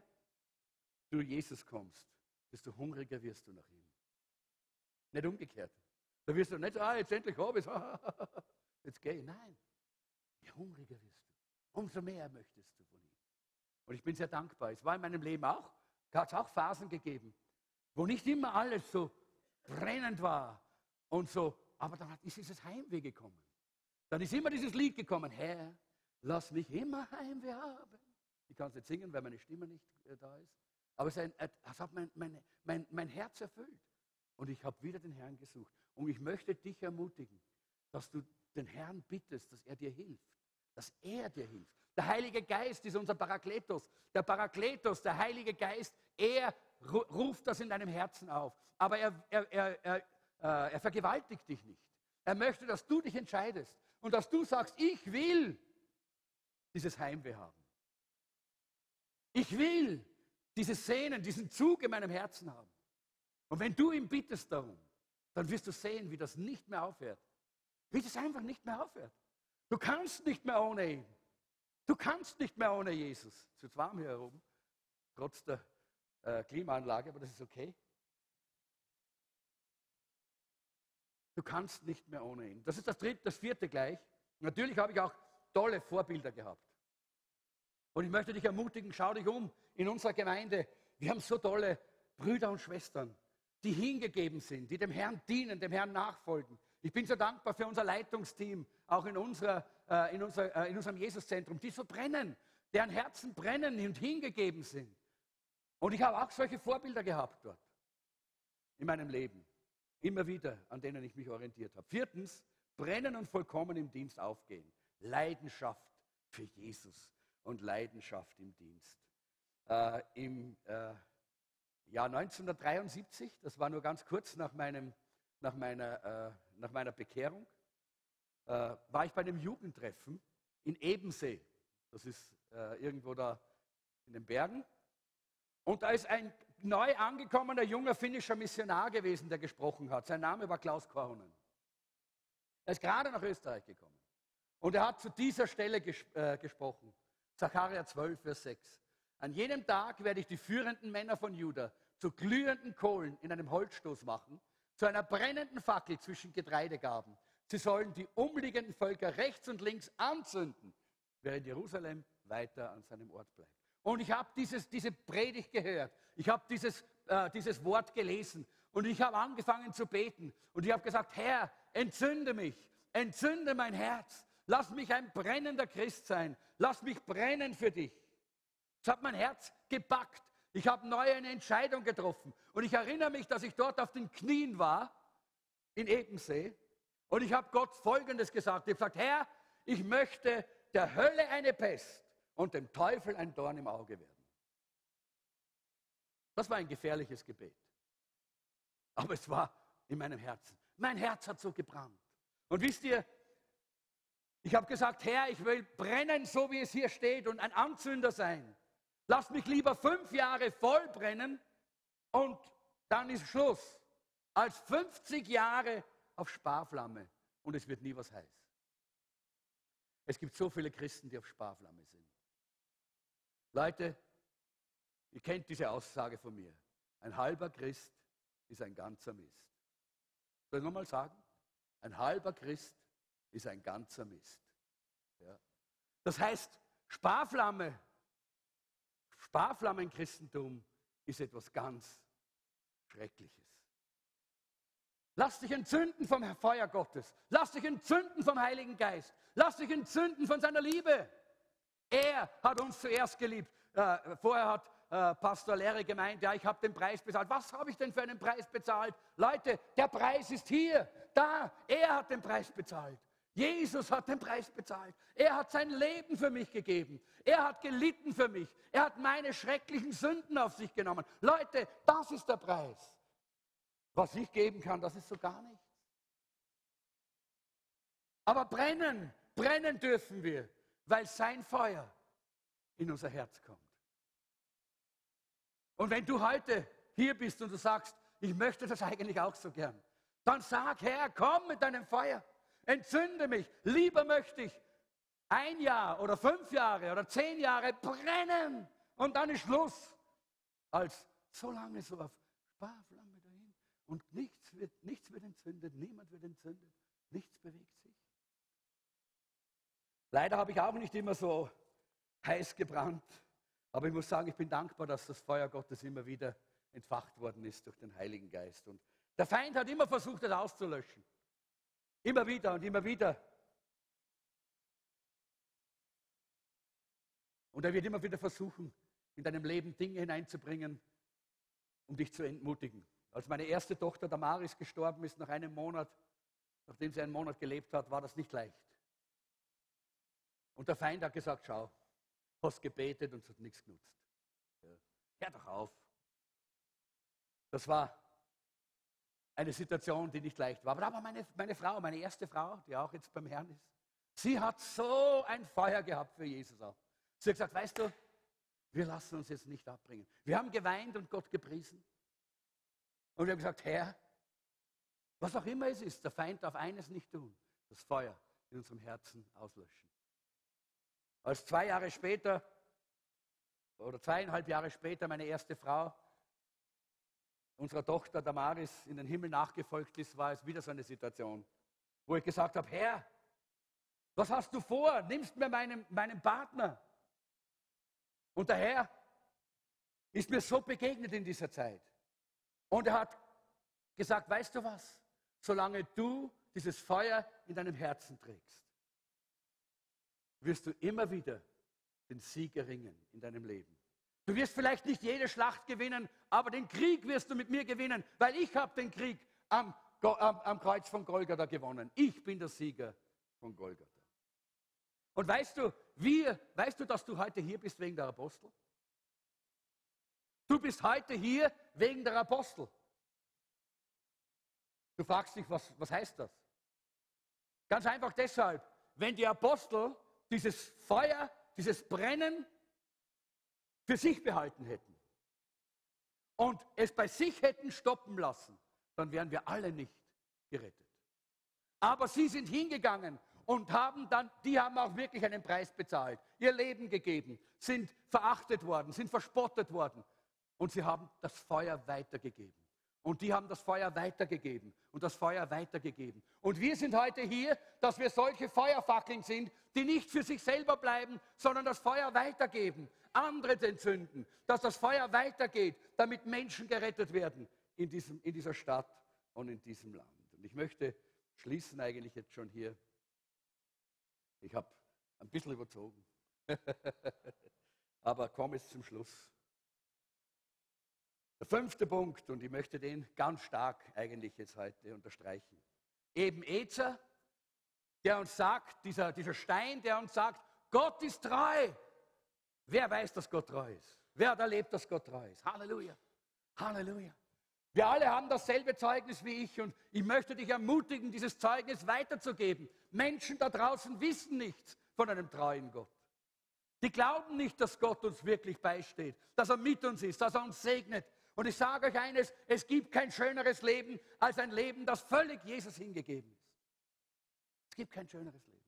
du Jesus kommst, desto hungriger wirst du nach ihm. Nicht umgekehrt. Da wirst du nicht, ah, jetzt endlich habe ich es, jetzt gehe ich. Nein, je hungriger wirst du, umso mehr möchtest du von ihm. Und ich bin sehr dankbar. Es war in meinem Leben auch, hat es auch Phasen gegeben, wo nicht immer alles so brennend war und so, aber dann ist dieses Heimweh gekommen. Dann ist immer dieses Lied gekommen, Herr, lass mich immer Heimweh haben. Ich kann es nicht singen, weil meine Stimme nicht äh, da ist. Aber es, ein, es hat mein, mein, mein, mein Herz erfüllt. Und ich habe wieder den Herrn gesucht. Und ich möchte dich ermutigen, dass du den Herrn bittest, dass er dir hilft. Dass er dir hilft. Der Heilige Geist ist unser Parakletos. Der Parakletos, der Heilige Geist, er ruft das in deinem Herzen auf. Aber er, er, er, er, er vergewaltigt dich nicht. Er möchte, dass du dich entscheidest und dass du sagst, ich will dieses Heimweh haben. Ich will dieses Sehnen, diesen Zug in meinem Herzen haben. Und wenn du ihn bittest darum, dann wirst du sehen, wie das nicht mehr aufhört. Wie das einfach nicht mehr aufhört. Du kannst nicht mehr ohne ihn. Du kannst nicht mehr ohne Jesus. Es ist jetzt warm hier oben, trotz der äh, Klimaanlage, aber das ist okay. Du kannst nicht mehr ohne ihn. Das ist das dritte, das vierte gleich. Natürlich habe ich auch tolle Vorbilder gehabt. Und ich möchte dich ermutigen, schau dich um in unserer Gemeinde. Wir haben so tolle Brüder und Schwestern, die hingegeben sind, die dem Herrn dienen, dem Herrn nachfolgen. Ich bin so dankbar für unser Leitungsteam, auch in, unserer, äh, in, unser, äh, in unserem Jesuszentrum, die so brennen, deren Herzen brennen und hingegeben sind. Und ich habe auch solche Vorbilder gehabt dort in meinem Leben. Immer wieder, an denen ich mich orientiert habe. Viertens, brennen und vollkommen im Dienst aufgehen. Leidenschaft für Jesus und Leidenschaft im Dienst. Äh, Im äh, Jahr neunzehnhundertdreiundsiebzig, das war nur ganz kurz nach, meinem, nach, meiner, äh, nach meiner Bekehrung, äh, war ich bei einem Jugendtreffen in Ebensee. Das ist äh, irgendwo da in den Bergen. Und da ist ein neu angekommener junger finnischer Missionar gewesen, der gesprochen hat. Sein Name war Klaus Korhonen. Er ist gerade nach Österreich gekommen. Und er hat zu dieser Stelle ges äh, gesprochen. Sacharja zwölf, Vers sechs. An jenem Tag werde ich die führenden Männer von Juda zu glühenden Kohlen in einem Holzstoß machen, zu einer brennenden Fackel zwischen Getreidegaben. Sie sollen die umliegenden Völker rechts und links anzünden, während Jerusalem weiter an seinem Ort bleibt. Und ich habe diese Predigt gehört, ich habe dieses, äh, dieses Wort gelesen und ich habe angefangen zu beten. Und ich habe gesagt, Herr, entzünde mich, entzünde mein Herz. Lass mich ein brennender Christ sein. Lass mich brennen für dich. Es hat mein Herz gepackt. Ich habe neu eine Entscheidung getroffen. Und ich erinnere mich, dass ich dort auf den Knien war, in Ebensee. Und ich habe Gott Folgendes gesagt. Ich habe gesagt, Herr, ich möchte der Hölle eine Pest und dem Teufel ein Dorn im Auge werden. Das war ein gefährliches Gebet. Aber es war in meinem Herzen. Mein Herz hat so gebrannt. Und wisst ihr, ich habe gesagt, Herr, ich will brennen, so wie es hier steht und ein Anzünder sein. Lass mich lieber fünf Jahre voll brennen und dann ist Schluss, als fünfzig Jahre auf Sparflamme und es wird nie was heiß. Es gibt so viele Christen, die auf Sparflamme sind. Leute, ihr kennt diese Aussage von mir. Ein halber Christ ist ein ganzer Mist. Soll ich nochmal sagen? Ein halber Christ ist ein ganzer Mist. Ja. Das heißt, Sparflamme, Sparflammenchristentum ist etwas ganz Schreckliches. Lass dich entzünden vom Feuer Gottes. Lass dich entzünden vom Heiligen Geist. Lass dich entzünden von seiner Liebe. Er hat uns zuerst geliebt. Äh, vorher hat äh, Pastor Larry gemeint, ja, ich habe den Preis bezahlt. Was habe ich denn für einen Preis bezahlt? Leute, der Preis ist hier, da. Er hat den Preis bezahlt. Jesus hat den Preis bezahlt. Er hat sein Leben für mich gegeben. Er hat gelitten für mich. Er hat meine schrecklichen Sünden auf sich genommen. Leute, das ist der Preis. Was ich geben kann, das ist so gar nichts. Aber brennen, brennen dürfen wir, weil sein Feuer in unser Herz kommt. Und wenn du heute hier bist und du sagst, ich möchte das eigentlich auch so gern, dann sag, Herr, komm mit deinem Feuer, entzünde mich. Lieber möchte ich ein Jahr oder fünf Jahre oder zehn Jahre brennen und dann ist Schluss, als so lange so auf Sparflamme dahin und nichts wird, nichts wird entzündet, niemand wird entzündet, nichts bewegt sich. Leider habe ich auch nicht immer so heiß gebrannt, aber ich muss sagen, ich bin dankbar, dass das Feuer Gottes immer wieder entfacht worden ist durch den Heiligen Geist. Und der Feind hat immer versucht, das auszulöschen. Immer wieder und immer wieder. Und er wird immer wieder versuchen, in deinem Leben Dinge hineinzubringen, um dich zu entmutigen. Als meine erste Tochter Damaris gestorben ist, nach einem Monat, nachdem sie einen Monat gelebt hat, war das nicht leicht. Und der Feind hat gesagt, schau, hast gebetet und es hat nichts genutzt. Ja. Hör doch auf. Das war eine Situation, die nicht leicht war. Aber da war meine, meine Frau, meine erste Frau, die auch jetzt beim Herrn ist, sie hat so ein Feuer gehabt für Jesus auch. Sie hat gesagt, weißt du, wir lassen uns jetzt nicht abbringen. Wir haben geweint und Gott gepriesen. Und wir haben gesagt, Herr, was auch immer es ist, der Feind darf eines nicht tun, das Feuer in unserem Herzen auslöschen. Als zwei Jahre später, oder zweieinhalb Jahre später, meine erste Frau, unserer Tochter Damaris, in den Himmel nachgefolgt ist, war es wieder so eine Situation, wo ich gesagt habe, Herr, was hast du vor? Nimmst mir meinen, meinen Partner. Und der Herr ist mir so begegnet in dieser Zeit. Und er hat gesagt, weißt du was? Solange du dieses Feuer in deinem Herzen trägst, wirst du immer wieder den Sieg erringen in deinem Leben. Du wirst vielleicht nicht jede Schlacht gewinnen, aber den Krieg wirst du mit mir gewinnen, weil ich habe den Krieg am, am, am Kreuz von Golgatha gewonnen. Ich bin der Sieger von Golgatha. Und weißt du, wir, weißt du, dass du heute hier bist wegen der Apostel? Du bist heute hier wegen der Apostel. Du fragst dich, was, was heißt das? Ganz einfach deshalb, wenn die Apostel dieses Feuer, dieses Brennen für sich behalten hätten und es bei sich hätten stoppen lassen, dann wären wir alle nicht gerettet. Aber sie sind hingegangen und haben dann, die haben auch wirklich einen Preis bezahlt, ihr Leben gegeben, sind verachtet worden, sind verspottet worden und sie haben das Feuer weitergegeben. Und die haben das Feuer weitergegeben und das Feuer weitergegeben. Und wir sind heute hier, dass wir solche Feuerfackeln sind, die nicht für sich selber bleiben, sondern das Feuer weitergeben, andere entzünden, dass das Feuer weitergeht, damit Menschen gerettet werden in, diesem, in dieser Stadt und in diesem Land. Und ich möchte schließen eigentlich jetzt schon hier. Ich habe ein bisschen überzogen, aber komme jetzt zum Schluss. Der fünfte Punkt, und ich möchte den ganz stark eigentlich jetzt heute unterstreichen. Eben Ezer, der uns sagt, dieser, dieser Stein, der uns sagt, Gott ist treu. Wer weiß, dass Gott treu ist? Wer hat erlebt, dass Gott treu ist? Halleluja, Halleluja. Wir alle haben dasselbe Zeugnis wie ich und ich möchte dich ermutigen, dieses Zeugnis weiterzugeben. Menschen da draußen wissen nichts von einem treuen Gott. Die glauben nicht, dass Gott uns wirklich beisteht, dass er mit uns ist, dass er uns segnet. Und ich sage euch eines, es gibt kein schöneres Leben als ein Leben, das völlig Jesus hingegeben ist. Es gibt kein schöneres Leben.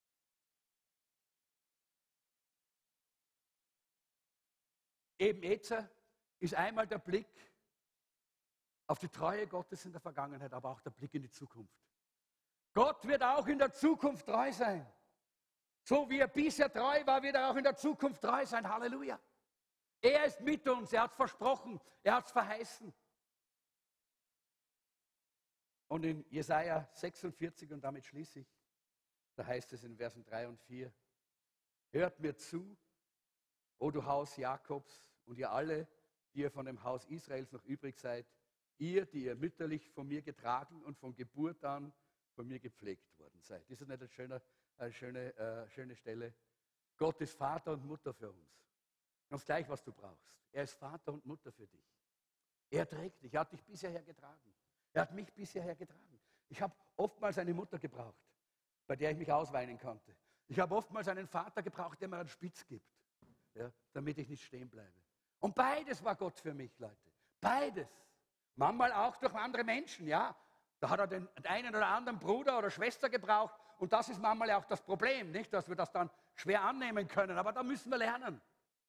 Eben Ezer ist einmal der Blick auf die Treue Gottes in der Vergangenheit, aber auch der Blick in die Zukunft. Gott wird auch in der Zukunft treu sein. So wie er bisher treu war, wird er auch in der Zukunft treu sein. Halleluja. Er ist mit uns, er hat es versprochen, er hat es verheißen. Und in Jesaja sechsundvierzig, und damit schließe ich, da heißt es in Versen drei und vier, hört mir zu, o du Haus Jakobs, und ihr alle, die ihr von dem Haus Israels noch übrig seid, ihr, die ihr mütterlich von mir getragen und von Geburt an von mir gepflegt worden seid. Ist das nicht eine schöne, eine schöne, äh, schöne Stelle? Gott ist Vater und Mutter für uns. Ganz gleich, was du brauchst. Er ist Vater und Mutter für dich. Er trägt dich. Er hat dich bisher getragen. Er hat mich bisher getragen. Ich habe oftmals eine Mutter gebraucht, bei der ich mich ausweinen konnte. Ich habe oftmals einen Vater gebraucht, der mir einen Spitz gibt, ja, damit ich nicht stehen bleibe. Und beides war Gott für mich, Leute. Beides. Manchmal auch durch andere Menschen, ja. Da hat er den einen oder anderen Bruder oder Schwester gebraucht. Und das ist manchmal auch das Problem, nicht, dass wir das dann schwer annehmen können. Aber da müssen wir lernen.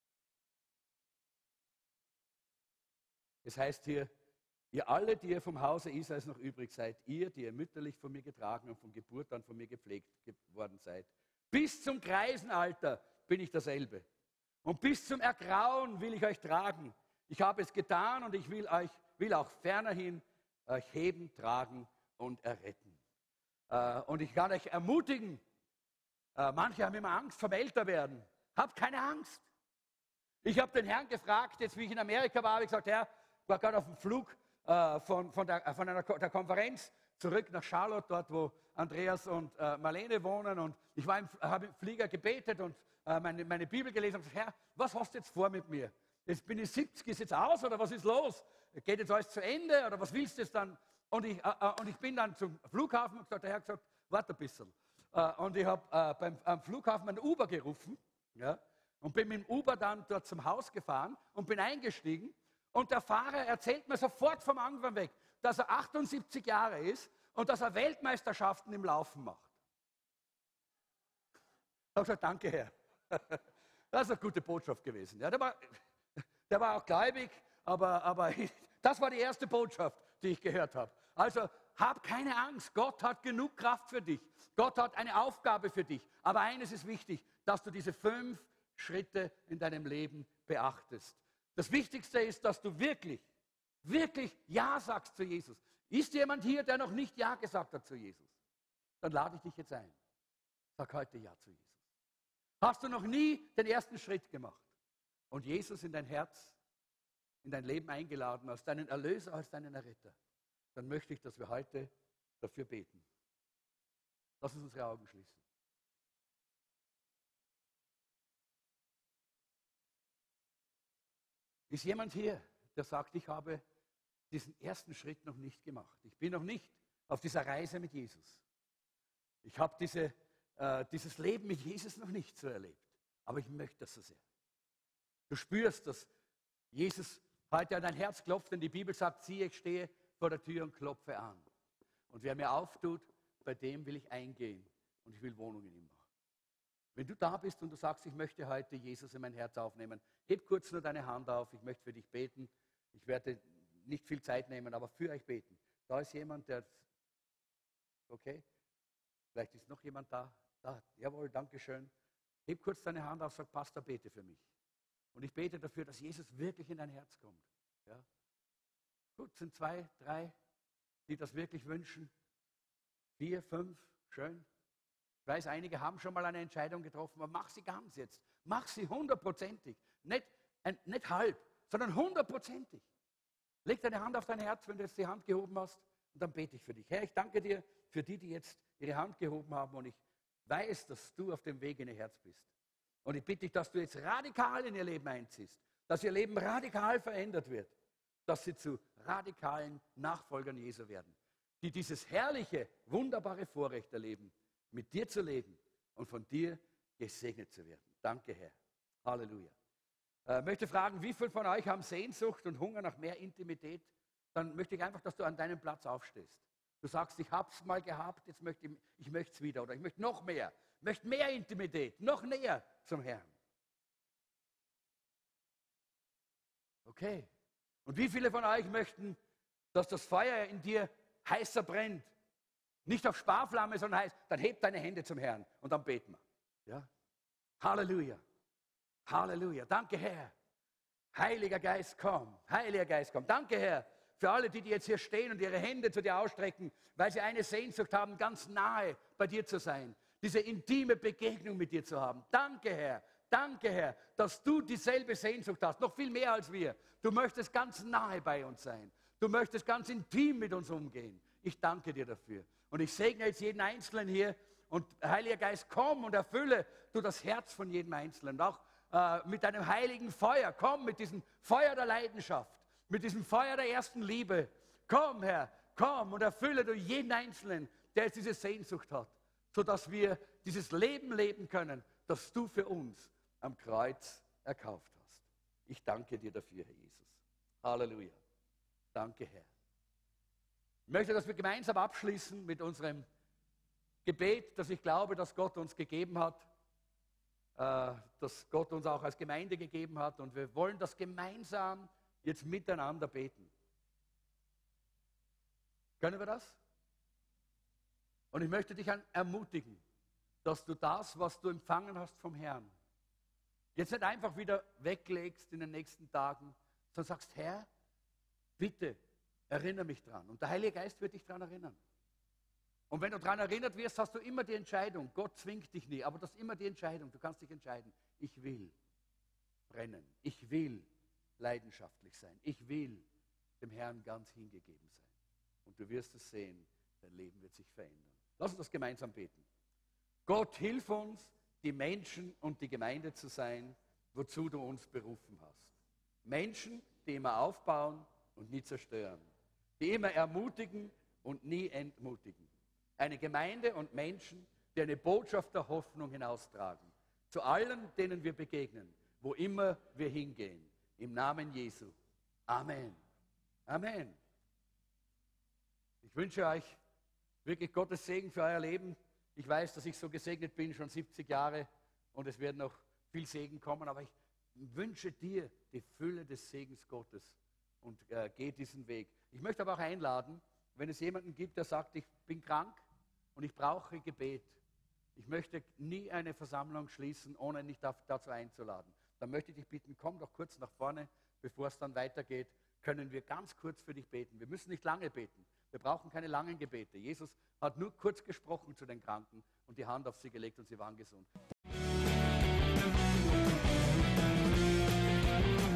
Es heißt hier, ihr alle, die ihr vom Hause Israels noch übrig seid, ihr, die ihr mütterlich von mir getragen und von Geburt an von mir gepflegt worden seid, bis zum Greisenalter bin ich derselbe. Und bis zum Ergrauen will ich euch tragen. Ich habe es getan und ich will, euch, will auch fernerhin euch heben, tragen und erretten. Äh, und ich kann euch ermutigen, äh, manche haben immer Angst vom Älterwerden. Habt keine Angst. Ich habe den Herrn gefragt, jetzt wie ich in Amerika war, habe ich gesagt, Herr, ich war gerade auf dem Flug äh, von, von, der, von einer, der Konferenz zurück nach Charlotte, dort wo Andreas und äh, Marlene wohnen. Und ich war im, habe im Flieger gebetet und äh, meine, meine Bibel gelesen und gesagt, Herr, was hast du jetzt vor mit mir? Jetzt bin ich siebzig, ist jetzt aus oder was ist los? Geht jetzt alles zu Ende oder was willst du jetzt dann? Und ich, äh, und ich bin dann zum Flughafen und gesagt, der Herr hat gesagt, warte ein bisschen. Äh, und ich habe äh, beim am Flughafen einen Uber gerufen, ja, und bin mit dem Uber dann dort zum Haus gefahren und bin eingestiegen. Und der Fahrer erzählt mir sofort vom Anfang weg, dass er achtundsiebzig Jahre ist und dass er Weltmeisterschaften im Laufen macht. Ich habe gesagt, danke Herr. Das ist eine gute Botschaft gewesen. Ja, der, war, der war auch gläubig, aber, aber das war die erste Botschaft, die ich gehört habe. Also hab keine Angst, Gott hat genug Kraft für dich. Gott hat eine Aufgabe für dich. Aber eines ist wichtig, dass du diese fünf Schritte in deinem Leben beachtest. Das Wichtigste ist, dass du wirklich, wirklich Ja sagst zu Jesus. Ist jemand hier, der noch nicht Ja gesagt hat zu Jesus? Dann lade ich dich jetzt ein. Sag heute Ja zu Jesus. Hast du noch nie den ersten Schritt gemacht und Jesus in dein Herz, in dein Leben eingeladen, als deinen Erlöser, als deinen Erretter, dann möchte ich, dass wir heute dafür beten. Lass uns unsere Augen schließen. Ist jemand hier, der sagt, ich habe diesen ersten Schritt noch nicht gemacht. Ich bin noch nicht auf dieser Reise mit Jesus. Ich habe diese, äh, dieses Leben mit Jesus noch nicht so erlebt. Aber ich möchte das so sehr. Du spürst, dass Jesus heute an dein Herz klopft, denn die Bibel sagt, siehe, ich stehe vor der Tür und klopfe an. Und wer mir auftut, bei dem will ich eingehen und ich will Wohnung in ihm machen. Wenn du da bist und du sagst, ich möchte heute Jesus in mein Herz aufnehmen, heb kurz nur deine Hand auf, ich möchte für dich beten. Ich werde nicht viel Zeit nehmen, aber für euch beten. Da ist jemand, der, okay, vielleicht ist noch jemand da. da. Jawohl, danke schön. Heb kurz deine Hand auf, sag, Pastor, bete für mich. Und ich bete dafür, dass Jesus wirklich in dein Herz kommt. Ja? Gut, sind zwei, drei, die das wirklich wünschen. Vier, fünf, schön. Ich weiß, einige haben schon mal eine Entscheidung getroffen, aber mach sie ganz jetzt. Mach sie hundertprozentig. Nicht, ein, nicht halb, sondern hundertprozentig. Leg deine Hand auf dein Herz, wenn du jetzt die Hand gehoben hast, und dann bete ich für dich. Herr, ich danke dir für die, die jetzt ihre Hand gehoben haben, und ich weiß, dass du auf dem Weg in ihr Herz bist. Und ich bitte dich, dass du jetzt radikal in ihr Leben einziehst, dass ihr Leben radikal verändert wird, dass sie zu radikalen Nachfolgern Jesu werden, die dieses herrliche, wunderbare Vorrecht erleben, mit dir zu leben und von dir gesegnet zu werden. Danke, Herr. Halleluja. Ich äh, möchte fragen, wie viele von euch haben Sehnsucht und Hunger nach mehr Intimität? Dann möchte ich einfach, dass du an deinem Platz aufstehst. Du sagst, ich habe es mal gehabt, jetzt möchte ich, ich möchte es wieder, oder ich möchte noch mehr, ich möchte mehr Intimität, noch näher zum Herrn. Okay. Und wie viele von euch möchten, dass das Feuer in dir heißer brennt? Nicht auf Sparflamme, sondern heißt, dann heb deine Hände zum Herrn und dann beten wir. Ja? Halleluja. Halleluja. Danke, Herr. Heiliger Geist, komm. Heiliger Geist, komm. Danke, Herr, für alle, die, die jetzt hier stehen und ihre Hände zu dir ausstrecken, weil sie eine Sehnsucht haben, ganz nahe bei dir zu sein. Diese intime Begegnung mit dir zu haben. Danke, Herr. Danke, Herr, dass du dieselbe Sehnsucht hast. Noch viel mehr als wir. Du möchtest ganz nahe bei uns sein. Du möchtest ganz intim mit uns umgehen. Ich danke dir dafür. Und ich segne jetzt jeden Einzelnen hier. Und Heiliger Geist, komm und erfülle du das Herz von jedem Einzelnen. Und auch äh, mit deinem heiligen Feuer. Komm mit diesem Feuer der Leidenschaft. Mit diesem Feuer der ersten Liebe. Komm, Herr, komm und erfülle du jeden Einzelnen, der jetzt diese Sehnsucht hat. Sodass wir dieses Leben leben können, das du für uns am Kreuz erkauft hast. Ich danke dir dafür, Herr Jesus. Halleluja. Danke, Herr. Ich möchte, dass wir gemeinsam abschließen mit unserem Gebet, das ich glaube, dass Gott uns gegeben hat, äh, das Gott uns auch als Gemeinde gegeben hat. Und wir wollen das gemeinsam jetzt miteinander beten. Können wir das? Und ich möchte dich ermutigen, dass du das, was du empfangen hast vom Herrn, jetzt nicht einfach wieder weglegst in den nächsten Tagen, sondern sagst, Herr, bitte, erinnere mich dran. Und der Heilige Geist wird dich daran erinnern. Und wenn du daran erinnert wirst, hast du immer die Entscheidung. Gott zwingt dich nie, aber das ist immer die Entscheidung. Du kannst dich entscheiden. Ich will brennen. Ich will leidenschaftlich sein. Ich will dem Herrn ganz hingegeben sein. Und du wirst es sehen, dein Leben wird sich verändern. Lass uns das gemeinsam beten. Gott, hilf uns, die Menschen und die Gemeinde zu sein, wozu du uns berufen hast. Menschen, die immer aufbauen und nie zerstören. Die immer ermutigen und nie entmutigen. Eine Gemeinde und Menschen, die eine Botschaft der Hoffnung hinaustragen. Zu allen, denen wir begegnen, wo immer wir hingehen. Im Namen Jesu. Amen. Amen. Ich wünsche euch wirklich Gottes Segen für euer Leben. Ich weiß, dass ich so gesegnet bin, schon siebzig Jahre, und es wird noch viel Segen kommen, aber ich wünsche dir die Fülle des Segens Gottes und äh, geh diesen Weg. Ich möchte aber auch einladen, wenn es jemanden gibt, der sagt, ich bin krank und ich brauche Gebet. Ich möchte nie eine Versammlung schließen, ohne nicht dazu einzuladen. Dann möchte ich dich bitten, komm doch kurz nach vorne, bevor es dann weitergeht, können wir ganz kurz für dich beten. Wir müssen nicht lange beten. Wir brauchen keine langen Gebete. Jesus hat nur kurz gesprochen zu den Kranken und die Hand auf sie gelegt und sie waren gesund.